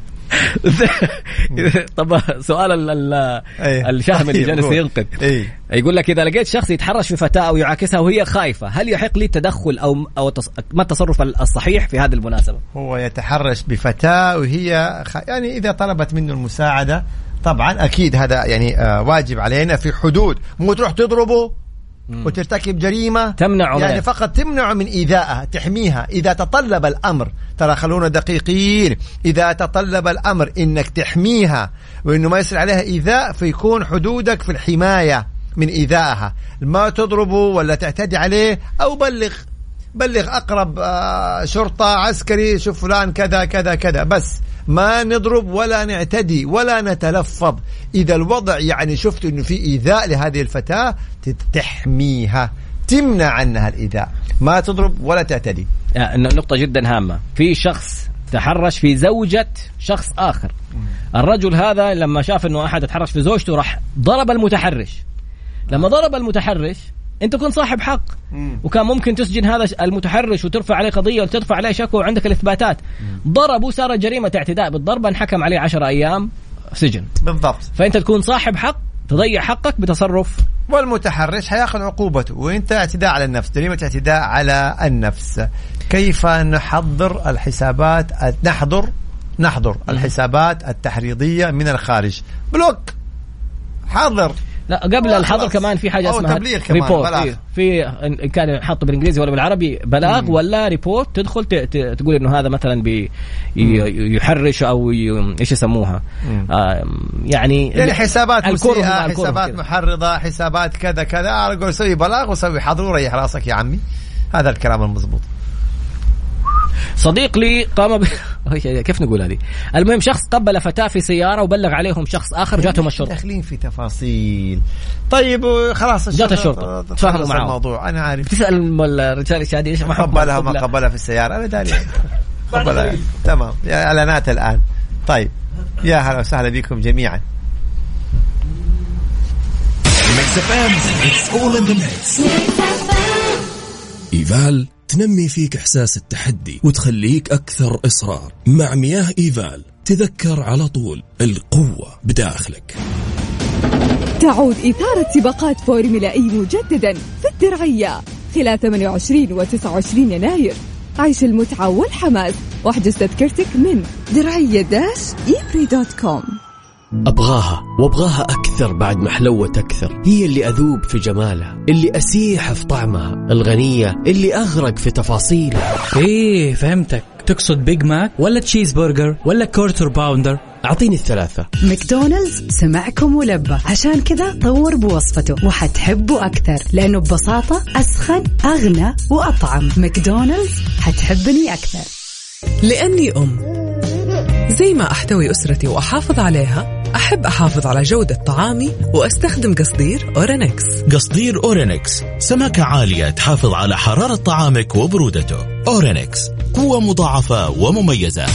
طب سؤال الشهم اللي جالس ينقد يقول لك إذا لقيت شخص يتحرش في فتاة أو يعاكسها وهي خايفة، هل يحق لي التدخل أو أو ما التصرف الصحيح في هذه المناسبة؟ هو يتحرش بفتاة وهي خ... يعني إذا طلبت منه المساعدة طبعا أكيد هذا يعني آه واجب علينا في حدود، مو تروح تضربه وترتكب جريمة تمنع يعني فقط تمنع من إيذائها، تحميها. إذا تطلب الأمر، ترى خلونا دقيقين، إذا تطلب الأمر إنك تحميها وإنه ما يصير عليها إيذاء فيكون حدودك في الحماية من إيذائها، ما تضربه ولا تعتدي عليه، أو بلغ بلغ أقرب شرطة عسكري، شوف فلان كذا كذا كذا، بس ما نضرب ولا نعتدي ولا نتلفظ. إذا الوضع يعني شفت إنه في إيذاء لهذه الفتاة تحميها تمنع عنها الإيذاء، ما تضرب ولا تعتدي. نقطة جدا هامة. في شخص تحرش في زوجة شخص آخر، الرجل هذا لما شاف أنه أحد تحرش في زوجته راح ضرب المتحرش. لما ضرب المتحرش أنت كنت صاحب حق، وكان ممكن تسجن هذا المتحرش وترفع عليه قضية وترفع عليه شكوى وعندك الإثباتات. ضربه صار جريمة اعتداء بالضرب، انحكم عليه عشر أيام سجن. بالضبط. فأنت تكون صاحب حق تضيع حقك بتصرف، والمتحرش حياخذ عقوبته، وانت اعتداء على النفس، جريمة اعتداء على النفس. كيف نحضر الحسابات نحضر نحضر الحسابات التحريضية من الخارج؟ بلوك، حاضر. لا قبل الحظر كمان في حاجة اسمها ريبورت. إيه. في إن كان حاطه بالإنجليزي ولا بالعربي بلاغ مم. ولا ريبورت، تدخل تقول إنه هذا مثلا بي يحرش أو إيش يسموها آه يعني يعني حسابات مسيئة، حسابات كده. محرضة، حسابات كذا كذا. أقول سوي بلاغ وسوي حظر وريح راسك يا عمي. هذا الكلام المضبوط. صديق لي قام ب... كيف نقول هذه؟ المهم شخص قبل فتاة في سيارة وبلغ عليهم شخص آخر، جاتهم الشرطة. داخلين في تفاصيل. طيب خلاص جات الشرطة تفهموا معه الموضوع. أنا عارف. تسأل الرجال الشادي إيش ما قبلها ما قبلها في السيارة. أنا داري قبلها. تمام يا إعلانات الآن. طيب يا هلا وسهلا بكم جميعا. إيفال تنمي فيك إحساس التحدي وتخليك أكثر إصرار. مع مياه إيفال تذكر على طول القوة بداخلك. تعود إثارة سباقات فورمولا إي مجددا في الدرعية خلال ثمانية وعشرين وتسعة وعشرين يناير. عيش المتعة والحماس واحجز تذكرتك من درعية داش إيبري دوت كوم. أبغاها وأبغاها أكثر بعد ما حلوت أكثر. هي اللي أذوب في جمالها، اللي أسيح في طعمها، الغنية اللي أغرق في تفاصيلها. إيه فهمتك، تقصد بيج ماك ولا تشيز برجر ولا كورتر باوندر؟ أعطيني الثلاثة. ماكدونالدز سمعكم ولبة، عشان كذا طور بوصفته وحتحبه أكثر لأنه ببساطة أسخن أغنى وأطعم. ماكدونالدز حتحبني أكثر. لأني أم، زي ما أحتوي أسرتي وأحافظ عليها، أحب أحافظ على جودة طعامي وأستخدم قصدير أورينكس. قصدير أورينكس سمكة عالية تحافظ على حرارة طعامك وبرودته. أورينكس قوة مضاعفة ومميزة.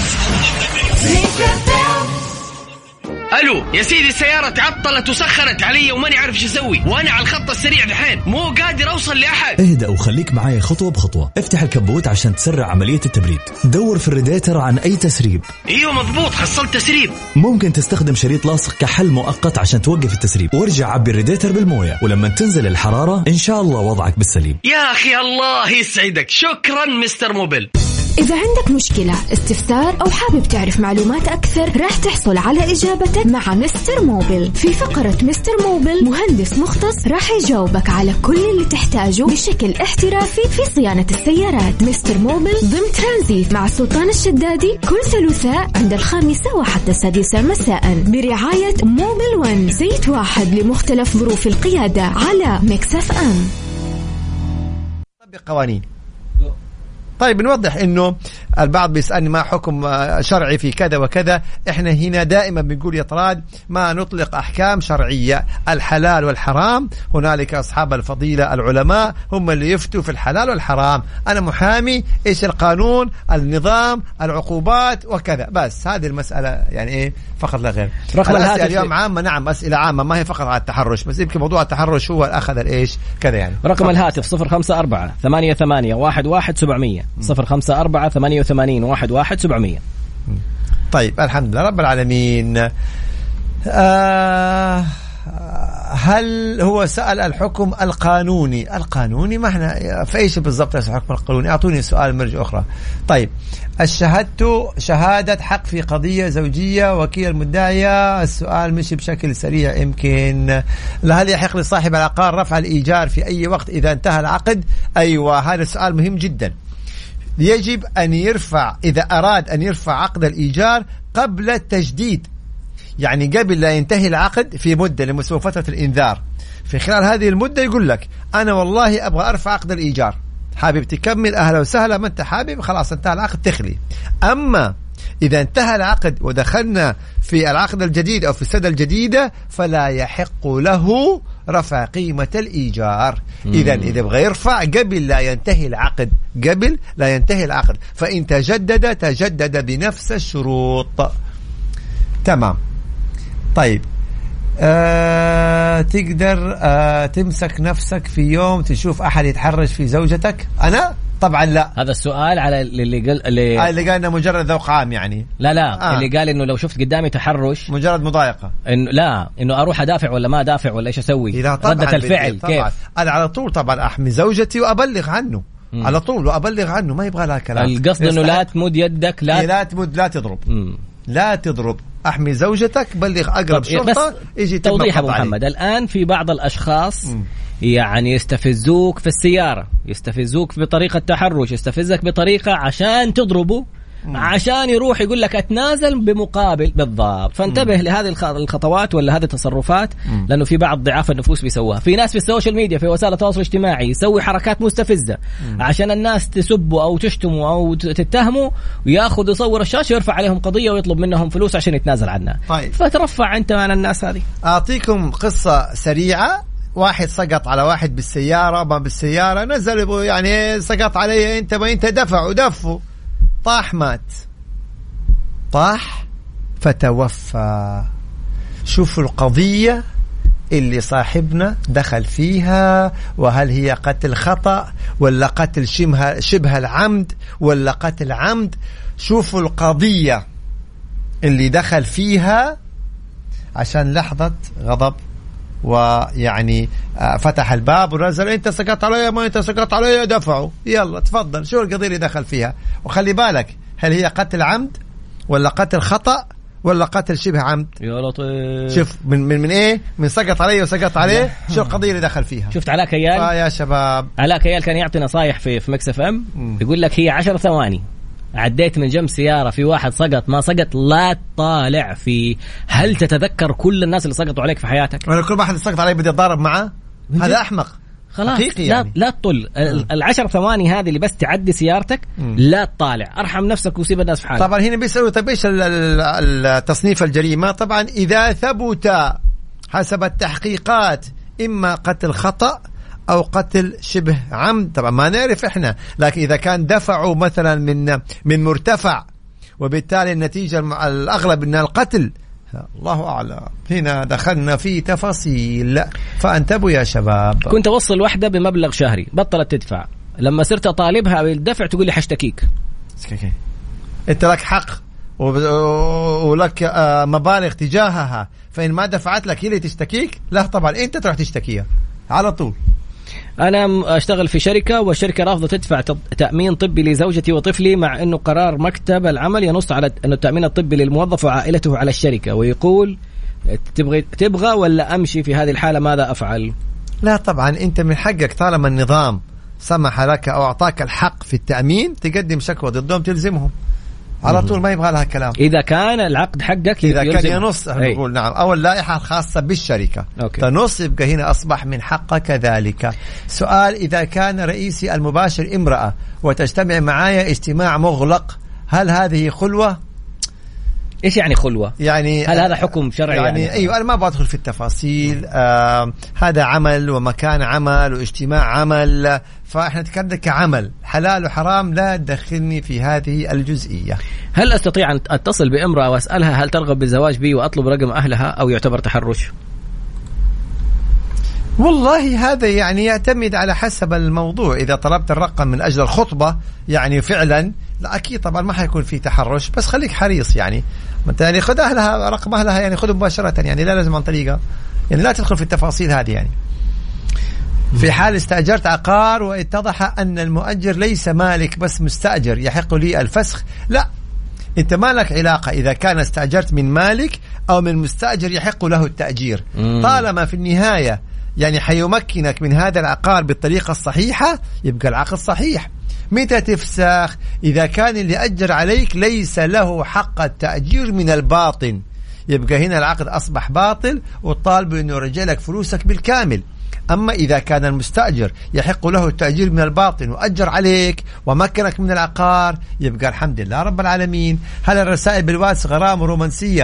الو يا سيدي، السيارة تعطلت وسخنت علي وماني عارف شو اسوي، وانا على الخط السريع دحين مو قادر اوصل لاحد. اهدأ وخليك معايا خطوة بخطوة. افتح الكبوت عشان تسرع عملية التبريد. دور في الراديتر عن اي تسريب. ايوه مضبوط، حصلت تسريب. ممكن تستخدم شريط لاصق كحل مؤقت عشان توقف التسريب، وارجع عبي الراديتر بالموية، ولما تنزل الحرارة ان شاء الله وضعك بالسليم. يا اخي الله يسعدك، شكرا مستر موبيل. إذا عندك مشكلة، استفسار أو حابب تعرف معلومات أكثر، راح تحصل على إجابتك مع مستر موبيل. في فقرة مستر موبيل مهندس مختص راح يجاوبك على كل اللي تحتاجه بشكل احترافي في صيانة السيارات. مستر موبيل ضمن ترانزيت مع سلطان الشدادي كل ثلاثاء عند الخامسة وحتى السادسة مساء برعاية موبيل ون، زيت واحد لمختلف ظروف القيادة على ميكس اف ام. قوانين. طيب نوضح انه البعض بيسألني ما حكم شرعي في كذا وكذا. احنا هنا دائما بنقول يا طراد ما نطلق احكام شرعية. الحلال والحرام هنالك اصحاب الفضيلة العلماء هم اللي يفتوا في الحلال والحرام. انا محامي، ايش القانون، النظام، العقوبات وكذا، بس هذه المسألة يعني ايه فقط لا غير. رقم الهاتف اليوم عامة، نعم اسئلة عامة ما هي فقط على التحرش، بس يمكن موضوع التحرش هو الاخذ الايش كذا يعني. رقم الهاتف صفر خمسة أربعة ثمانية ثمانية واحد واحد سبعمية صفر خمسة أربعة ثمانية وثمانين واحد واحد سبعمية. طيب الحمد لله رب العالمين. آه هل هو سأل الحكم القانوني؟ القانوني ما احنا في ايش بالضبط الحكم القانوني؟ اعطوني سؤال مرجع اخرى. طيب الشهادة شهادة حق في قضية زوجية وكيل المدعية، السؤال مشي بشكل سريع يمكن. هل يحق لصاحب العقار رفع الإيجار في أي وقت إذا انتهى العقد؟ أيوة هذا السؤال مهم جدا. يجب أن يرفع إذا أراد أن يرفع عقد الإيجار قبل التجديد، يعني قبل لا ينتهي العقد في مدة لمسوى فترة الإنذار. في خلال هذه المدة يقول لك أنا والله أبغى أرفع عقد الإيجار، حابب تكمل أهلا وسهلا، ما أنت حابب خلاص انتهى العقد تخلي. أما إذا انتهى العقد ودخلنا في العقد الجديد أو في السنة الجديدة فلا يحق له رفع قيمة الإيجار. إذا إذا بغى يرفع قبل لا ينتهي العقد، قبل لا ينتهي العقد، فإن تجدد تجدد بنفس الشروط. تمام. طيب آه تقدر آه تمسك نفسك في يوم تشوف أحد يتحرش في زوجتك؟ أنا طبعا لا. هذا السؤال على اللي قال اللي, آه اللي قال انه مجرد ذوق عام يعني. لا لا آه. اللي قال انه لو شفت قدامي تحرش مجرد مضايقه، إنه لا انه اروح ادافع ولا ما ادافع ولا ايش اسوي؟ ردة الفعل كيف؟ انا على طول طبعا احمي زوجتي وابلغ عنه. مم. على طول وابلغ عنه، ما يبغى لها كلام. القصد انه لا تمد يدك، لا لا تمد، لا تضرب. مم. لا تضرب، احمي زوجتك، بلغ اقرب شرطه يجي. توضيح ابو محمد، الان في بعض الاشخاص م. يعني يستفزوك في السياره، يستفزوك بطريقه تحرش، يستفزك بطريقه عشان تضربه، م. عشان يروح يقول لك اتنازل بمقابل. بالضبط. فانتبه م. لهذه الخطوات ولا هذه التصرفات، م. لانه في بعض ضعاف النفوس بيسووها. في ناس في السوشيال ميديا، في وسائل التواصل الاجتماعي، يسوي حركات مستفزه م. عشان الناس تسبوا او تشتموا او تتهموا، وياخذ يصور الشاشه ويرفع عليهم قضيه ويطلب منهم فلوس عشان يتنازل عنها. طيب. فترفع انت عن الناس هذه. اعطيكم قصه سريعه. واحد سقط على واحد بالسياره، ما بالسياره نزل يعني سقط عليه، انت ما انت دفع ودفه، طاح مات، طاح فتوفى. شوفوا القضية اللي صاحبنا دخل فيها، وهل هي قتل خطأ ولا قتل شبه, شبه العمد ولا قتل عمد. شوفوا القضية اللي دخل فيها عشان لحظة غضب، ويعني فتح الباب ونزل انت سقط علي، ما انت سقط علي، دفعوا يلا تفضل. شو القضية اللي دخل فيها؟ وخلي بالك، هل هي قتل عمد ولا قتل خطأ ولا قتل شبه عمد؟ يا لطيف. شوف من من من ايه؟ من سقط علي وسقط عليه. شو القضية اللي دخل فيها؟ شفت علاء كيال؟ آه يا شباب، علاء كيال كان يعطي نصايح في في مكس اف ام، يقول لك هي عشر ثواني عديت من جنب سيارة في واحد سقط ما سقط، لا تطالع في هل تتذكر كل الناس اللي سقطوا عليك في حياتك؟ ولا كل واحد سقط علي بدي أتضارب معه؟ هذا أحمق خلاص. حقيقي لا يعني. لا تطل العشر ثواني هذه اللي بس تعدي سيارتك، مم. لا تطالع، ارحم نفسك وسيب الناس في حالك. طبعا هنا بيسألوا طيب ايش التصنيف الجريمة؟ طبعا إذا ثبت حسب التحقيقات إما قتل خطأ أو قتل شبه عمد، طبعا ما نعرف إحنا، لكن إذا كان دفعوا مثلا من من مرتفع وبالتالي النتيجة الأغلب إن القتل، الله أعلم. هنا دخلنا في تفاصيل، فانتبهوا يا شباب. كنت أوصل واحدة بمبلغ شهري بطلت تدفع، لما صرت أطالبها بالدفع تقول لي حشتكيك. أنت لك حق ولك مبالغ تجاهها، فإن ما دفعت لك هي اللي تشتكيك؟ لا طبعا أنت تروح تشتكيها على طول. أنا أشتغل في شركة والشركة رافضة تدفع تأمين طبي لزوجتي وطفلي، مع أنه قرار مكتب العمل ينص على أنه التأمين الطبي للموظف وعائلته على الشركة، ويقول تبغى تبغى ولا أمشي في هذه الحالة، ماذا أفعل؟ لا طبعا أنت من حقك طالما النظام سمح لك أو أعطاك الحق في التأمين تقدم شكوى ضدهم، تلزمهم على طول، ما يبغى لها كلام. إذا كان العقد حقك إذا كان ينص نقول نعم، أو اللائحة الخاصة بالشركة أوكي. تنص، يبقى هنا أصبح من حقك ذلك. سؤال: إذا كان رئيسي المباشر امرأة وتجتمع معايا اجتماع مغلق، هل هذه خلوة؟ إيش يعني خلوة؟ يعني هل هذا حكم شرعي؟ يعني, يعني أيوة، أنا ما بدخل في التفاصيل. آه هذا عمل ومكان عمل واجتماع عمل، فإحنا نتكلم كعمل حلال وحرام، لا تدخلني في هذه الجزئية. هل أستطيع أن أتصل بامرأة وأسألها هل ترغب بالزواج بي وأطلب رقم أهلها، أو يعتبر تحرش؟ والله هذا يعني يعتمد على حسب الموضوع. إذا طلبت الرقم من أجل الخطبة يعني فعلا لا أكيد طبعا ما حيكون في تحرش، بس خليك حريص يعني يعني خذ أهلها رقم أهلها، يعني خذه مباشرة، يعني لا لازم عن طريقة، يعني لا تدخل في التفاصيل هذه. يعني في حال استأجرت عقار واتضح أن المؤجر ليس مالك بس مستأجر، يحق لي الفسخ؟ لا، أنت ما لك علاقة. إذا كان استأجرت من مالك أو من مستأجر يحق له التأجير، طالما في النهاية يعني حيمكنك من هذا العقار بالطريقة الصحيحة، يبقى العقد صحيح. متى تفسخ؟ إذا كان اللي أجر عليك ليس له حق التأجير من الباطن، يبقى هنا العقد أصبح باطل والطالب إنه يرجع لك فلوسك بالكامل. أما إذا كان المستأجر يحق له التأجير من الباطن وأجر عليك ومكنك من العقار، يبقى الحمد لله رب العالمين. هل الرسائل بالواتس غرام ورومانسية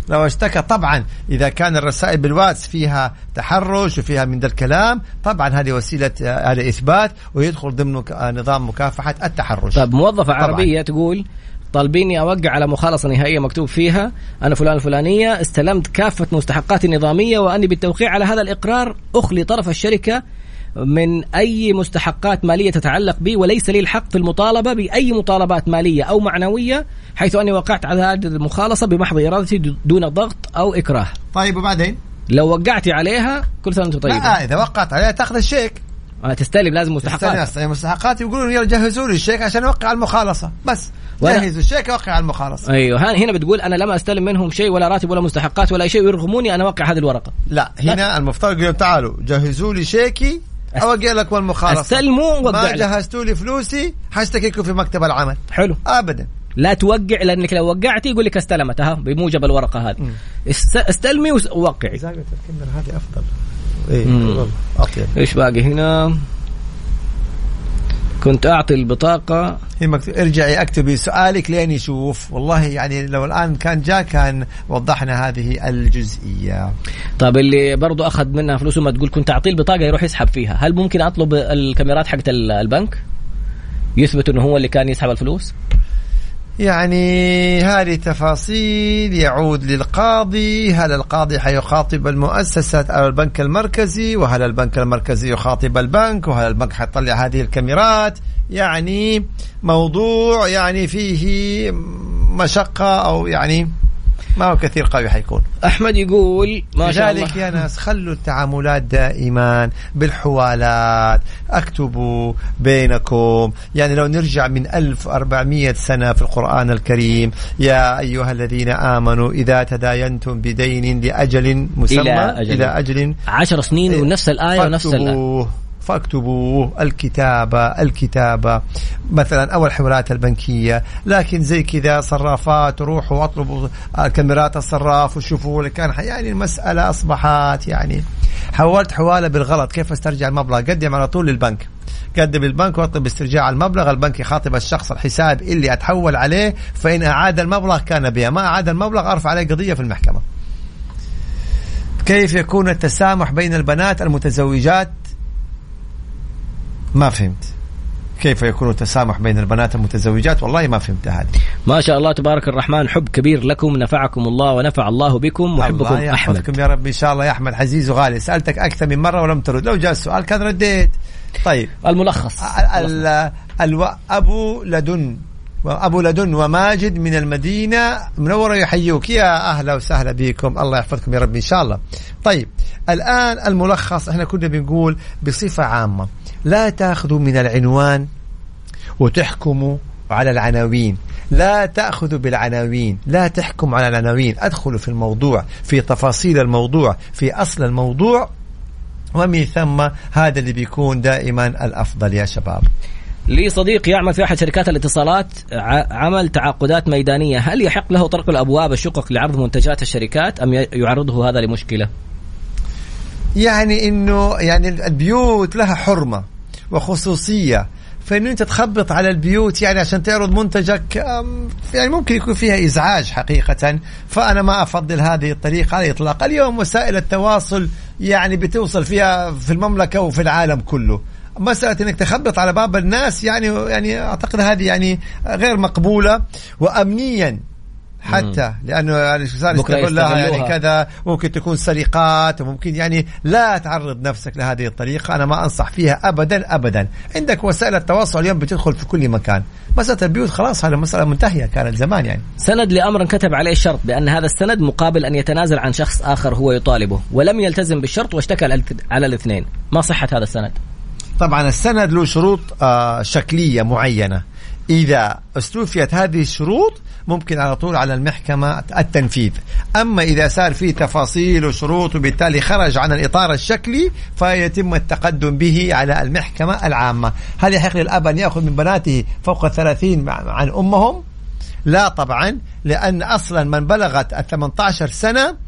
لو اشتكى طبعا إذا كان الرسائل بالواتس فيها تحرش وفيها من ذا الكلام طبعا هذه وسيلة هذا إثبات ويدخل ضمن نظام مكافحة التحرش. طب موظفة طبعاً. عربية تقول طالبيني أوقع على مخالصة نهائية مكتوب فيها أنا فلان الفلانية استلمت كافة مستحقاتي النظامية وأني بالتوقيع على هذا الإقرار أخلي طرف الشركة من أي مستحقات مالية تتعلق بي وليس لي الحق في المطالبة بأي مطالبات مالية أو معنوية حيث أني وقعت على هذه المخالصة بمحض إرادتي دون ضغط أو إكراه. طيب وبعدين لو وقعتي عليها كل سنة وأنت طيبة. لا إذا وقعت عليها تأخذ الشيك. أنا تستلم لازم مستحقات. تستلم مستحقات يقولون يلا جهزوا لي الشيك عشان أوقع المخالصة بس. جهزوا الشيك أوقع على المخالصة. أيوه هنا بتقول أنا لما أستلم منهم شيء ولا راتب ولا مستحقات ولا شيء ويرغموني أنا أوقع هذه الورقة. لا هنا المفترض يقولوا تعالوا جهزوا لي شيكي أوقع لك والمخالصة. استلموا وقع. ما جهزتوا لي فلوسي حاشتكيكم في مكتب العمل. حلو. أبدا. لا توقع لأنك لو وقعتي يقول لك استلمتها بموجب الورقة هذه. استلمي ووقعي. زاوية الكاميرا هذه أفضل. إيه أطيب. إيش باقي هنا؟ كنت أعطي البطاقة. ارجعي اكتبي سؤالك لين يشوف. والله يعني لو الآن كان جاء كان وضحنا هذه الجزئية. طيب اللي برضو أخذ منها فلوسه ما تقول كنت أعطي البطاقة يروح يسحب فيها، هل ممكن أطلب الكاميرات حقت البنك يثبت إنه هو اللي كان يسحب الفلوس؟ يعني هذه تفاصيل يعود للقاضي. هل القاضي حيخاطب المؤسسة أو البنك المركزي، وهل البنك المركزي يخاطب البنك، وهل البنك حيطلع هذه الكاميرات؟ يعني موضوع يعني فيه مشقة أو يعني ما هو كثير قوي حيكون. أحمد يقول ما شاء الله. لذلك يا ناس خلوا التعاملات دائما بالحوالات، اكتبوا بينكم. يعني لو نرجع من ألف وأربعمائة سنة في القرآن الكريم، يا أيها الذين آمنوا إذا تداينتم بدين لأجل مسمى إلى أجل, إلى أجل عشر سنين ونفس الآية ونفس الآية فاكتبوا الكتابة الكتابة مثلا أول حوالات البنكية. لكن زي كذا صرافات روحوا واطلبوا كاميرات الصراف وشوفوا كان يعني المسألة أصبحت يعني حولت حوالة بالغلط. كيف استرجع المبلغ؟ قدم على طول للبنك، قدم للبنك واطلب استرجاع المبلغ. البنك يخاطب الشخص الحساب اللي أتحول عليه، فإن أعاد المبلغ كان بها، ما أعاد المبلغ أرفع عليه قضية في المحكمة. كيف يكون التسامح بين البنات المتزوجات؟ ما فهمت كيف يكون التسامح بين البنات المتزوجات، والله ما فهمت هذه. ما شاء الله تبارك الرحمن، حب كبير لكم، نفعكم الله ونفع الله بكم، وحبكم الله أحمد. يحفظكم يا رب إن شاء الله يا أحمد عزيز وغالي. سألتك أكثر من مرة ولم ترد، لو جاء السؤال كان رديت. طيب الملخص ال ال أبو لدن أبو لدن وماجد من المدينة منورة يحيوك، يا أهلا وسهلا بكم، الله يحفظكم يا رب إن شاء الله. طيب الآن الملخص، احنا كنا بنقول بصفة عامة لا تأخذوا من العنوان وتحكموا على العناوين، لا تأخذوا بالعناوين، لا تحكم على العناوين، أدخلوا في الموضوع، في تفاصيل الموضوع، في أصل الموضوع، ومن ثم هذا اللي بيكون دائما الأفضل يا شباب. لي صديق يعمل في أحد شركات الاتصالات، عمل تعاقدات ميدانية، هل يحق له طرق الأبواب الشقق لعرض منتجات الشركات أم يعرضه هذا لمشكلة؟ يعني إنه يعني البيوت لها حرمة وخصوصية، فإنه أنت تخبط على البيوت يعني عشان تعرض منتجك يعني ممكن يكون فيها إزعاج حقيقة. فأنا ما أفضل هذه الطريقة على الإطلاق. اليوم وسائل التواصل يعني بتوصل فيها في المملكة وفي العالم كله، مسألة إنك تخبط على باب الناس يعني يعني أعتقد هذه يعني غير مقبولة وأمنيا حتى مم. لأنه يعني يقول لها يعني كذا ممكن تكون سرقات وممكن يعني لا تعرض نفسك لهذه الطريقة. أنا ما أنصح فيها أبدا أبدا. عندك وسائل التواصل اليوم بتدخل في كل مكان. مسألة البيوت خلاص هذا مسألة منتهية كانت زمان. يعني سند لأمر كتب عليه الشرط بأن هذا السند مقابل أن يتنازل عن شخص آخر هو يطالبه ولم يلتزم بالشرط واشتكى على الاثنين، ما صحة هذا السند؟ طبعا السند له شروط آه شكلية معينة، إذا استوفيت هذه الشروط ممكن على طول على المحكمة التنفيذ. أما إذا صار فيه تفاصيل وشروط وبالتالي خرج عن الإطار الشكلي فيتم التقدم به على المحكمة العامة. هل يحق للأب أن يأخذ من بناته فوق الثلاثين عن أمهم؟ لا طبعا، لأن أصلا من بلغت الثمانية عشر سنة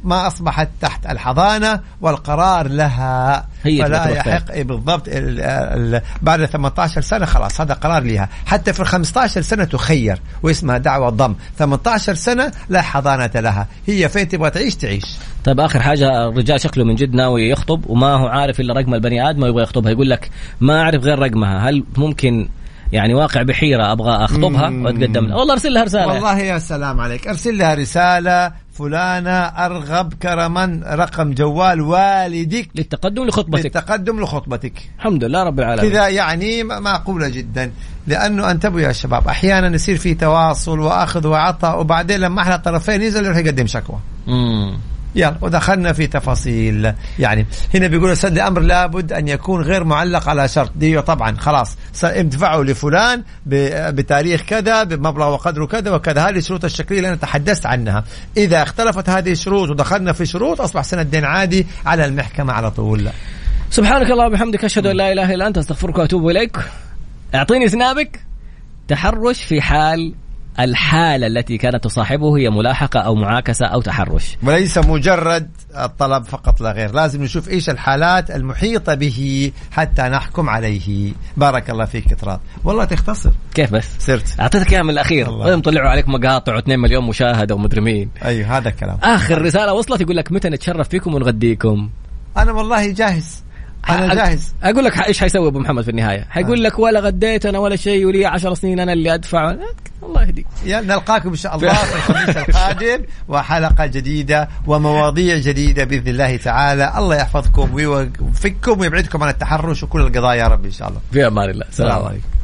ما أصبحت تحت الحضانة والقرار لها، فلا يحق بالضبط ال ال بعد ثمانية عشر سنة خلاص هذا قرار لها. حتى في خمسة عشر سنة تخير واسمها دعوة ضم، ثمانية عشر سنة لا حضانة لها، هي فين تبغى تعيش تعيش. طيب آخر حاجة، الرجال شكله من جد ناوي يخطب وما هو عارف إلا رقم البني آدم ويبغى يخطبها، يقول لك ما أعرف غير رقمها، هل ممكن يعني واقع بحيرة أبغى أخطبها وأتقدم لها؟ والله أرسل لها رسالة. والله يا سلام عليك، أرسل لها رسالة، فلانة أرغب كرما رقم جوال والدك للتقدم لخطبتك. للتقدم لخطبتك. الحمد لله رب العالمين. كذا يعني معقولة جدا، لأنه انتبهوا يا شباب أحيانا يصير في تواصل وأخذ وعطاء وبعدين لما أحلى الطرفين ينزل يروح يقدم شكوى. امم يلا ودخلنا في تفاصيل. يعني هنا بيقولوا سد الأمر لابد أن يكون غير معلق على شرط، دي طبعا خلاص ادفعوا لفلان بتاريخ كذا بمبلغ وقدره كذا وكذا، هذه الشروط الشكلية اللي أنا تحدثت عنها. إذا اختلفت هذه الشروط ودخلنا في شروط أصبح سند دين عادي على المحكمة على طول. سبحانك الله وبحمدك أشهد أن لا إله إلا أنت أستغفرك وأتوب إليك. اعطيني سنابك. تحرش في حال الحالة التي كانت تصاحبه هي ملاحقة أو معاكسة أو تحرش، وليس مجرد الطلب فقط لا غير، لازم نشوف إيش الحالات المحيطة به حتى نحكم عليه. بارك الله فيك إطراد، والله تختصر كيف بس صرت أعطيتك إياها من الأخير وهم طلعوا عليك مقاطع واثنين مليون مشاهدة ومدري مين. أيوه هذا الكلام. آخر رسالة وصلت يقول لك متى نتشرف فيكم ونغديكم. أنا والله جاهز، أنا جاهز. أقول لك إيش حيسوي أبو محمد في النهاية، حيقول لك ولا غديت أنا ولا شيء ولي عشر سنين أنا اللي أدفع. الله يهديك. نلقاكم إن شاء الله في الخميس القادم وحلقة جديدة ومواضيع جديدة بإذن الله تعالى. الله يحفظكم ويوفقكم ويبعدكم عن التحرش وكل القضايا يا رب إن شاء الله. في أمان الله. السلام عليكم.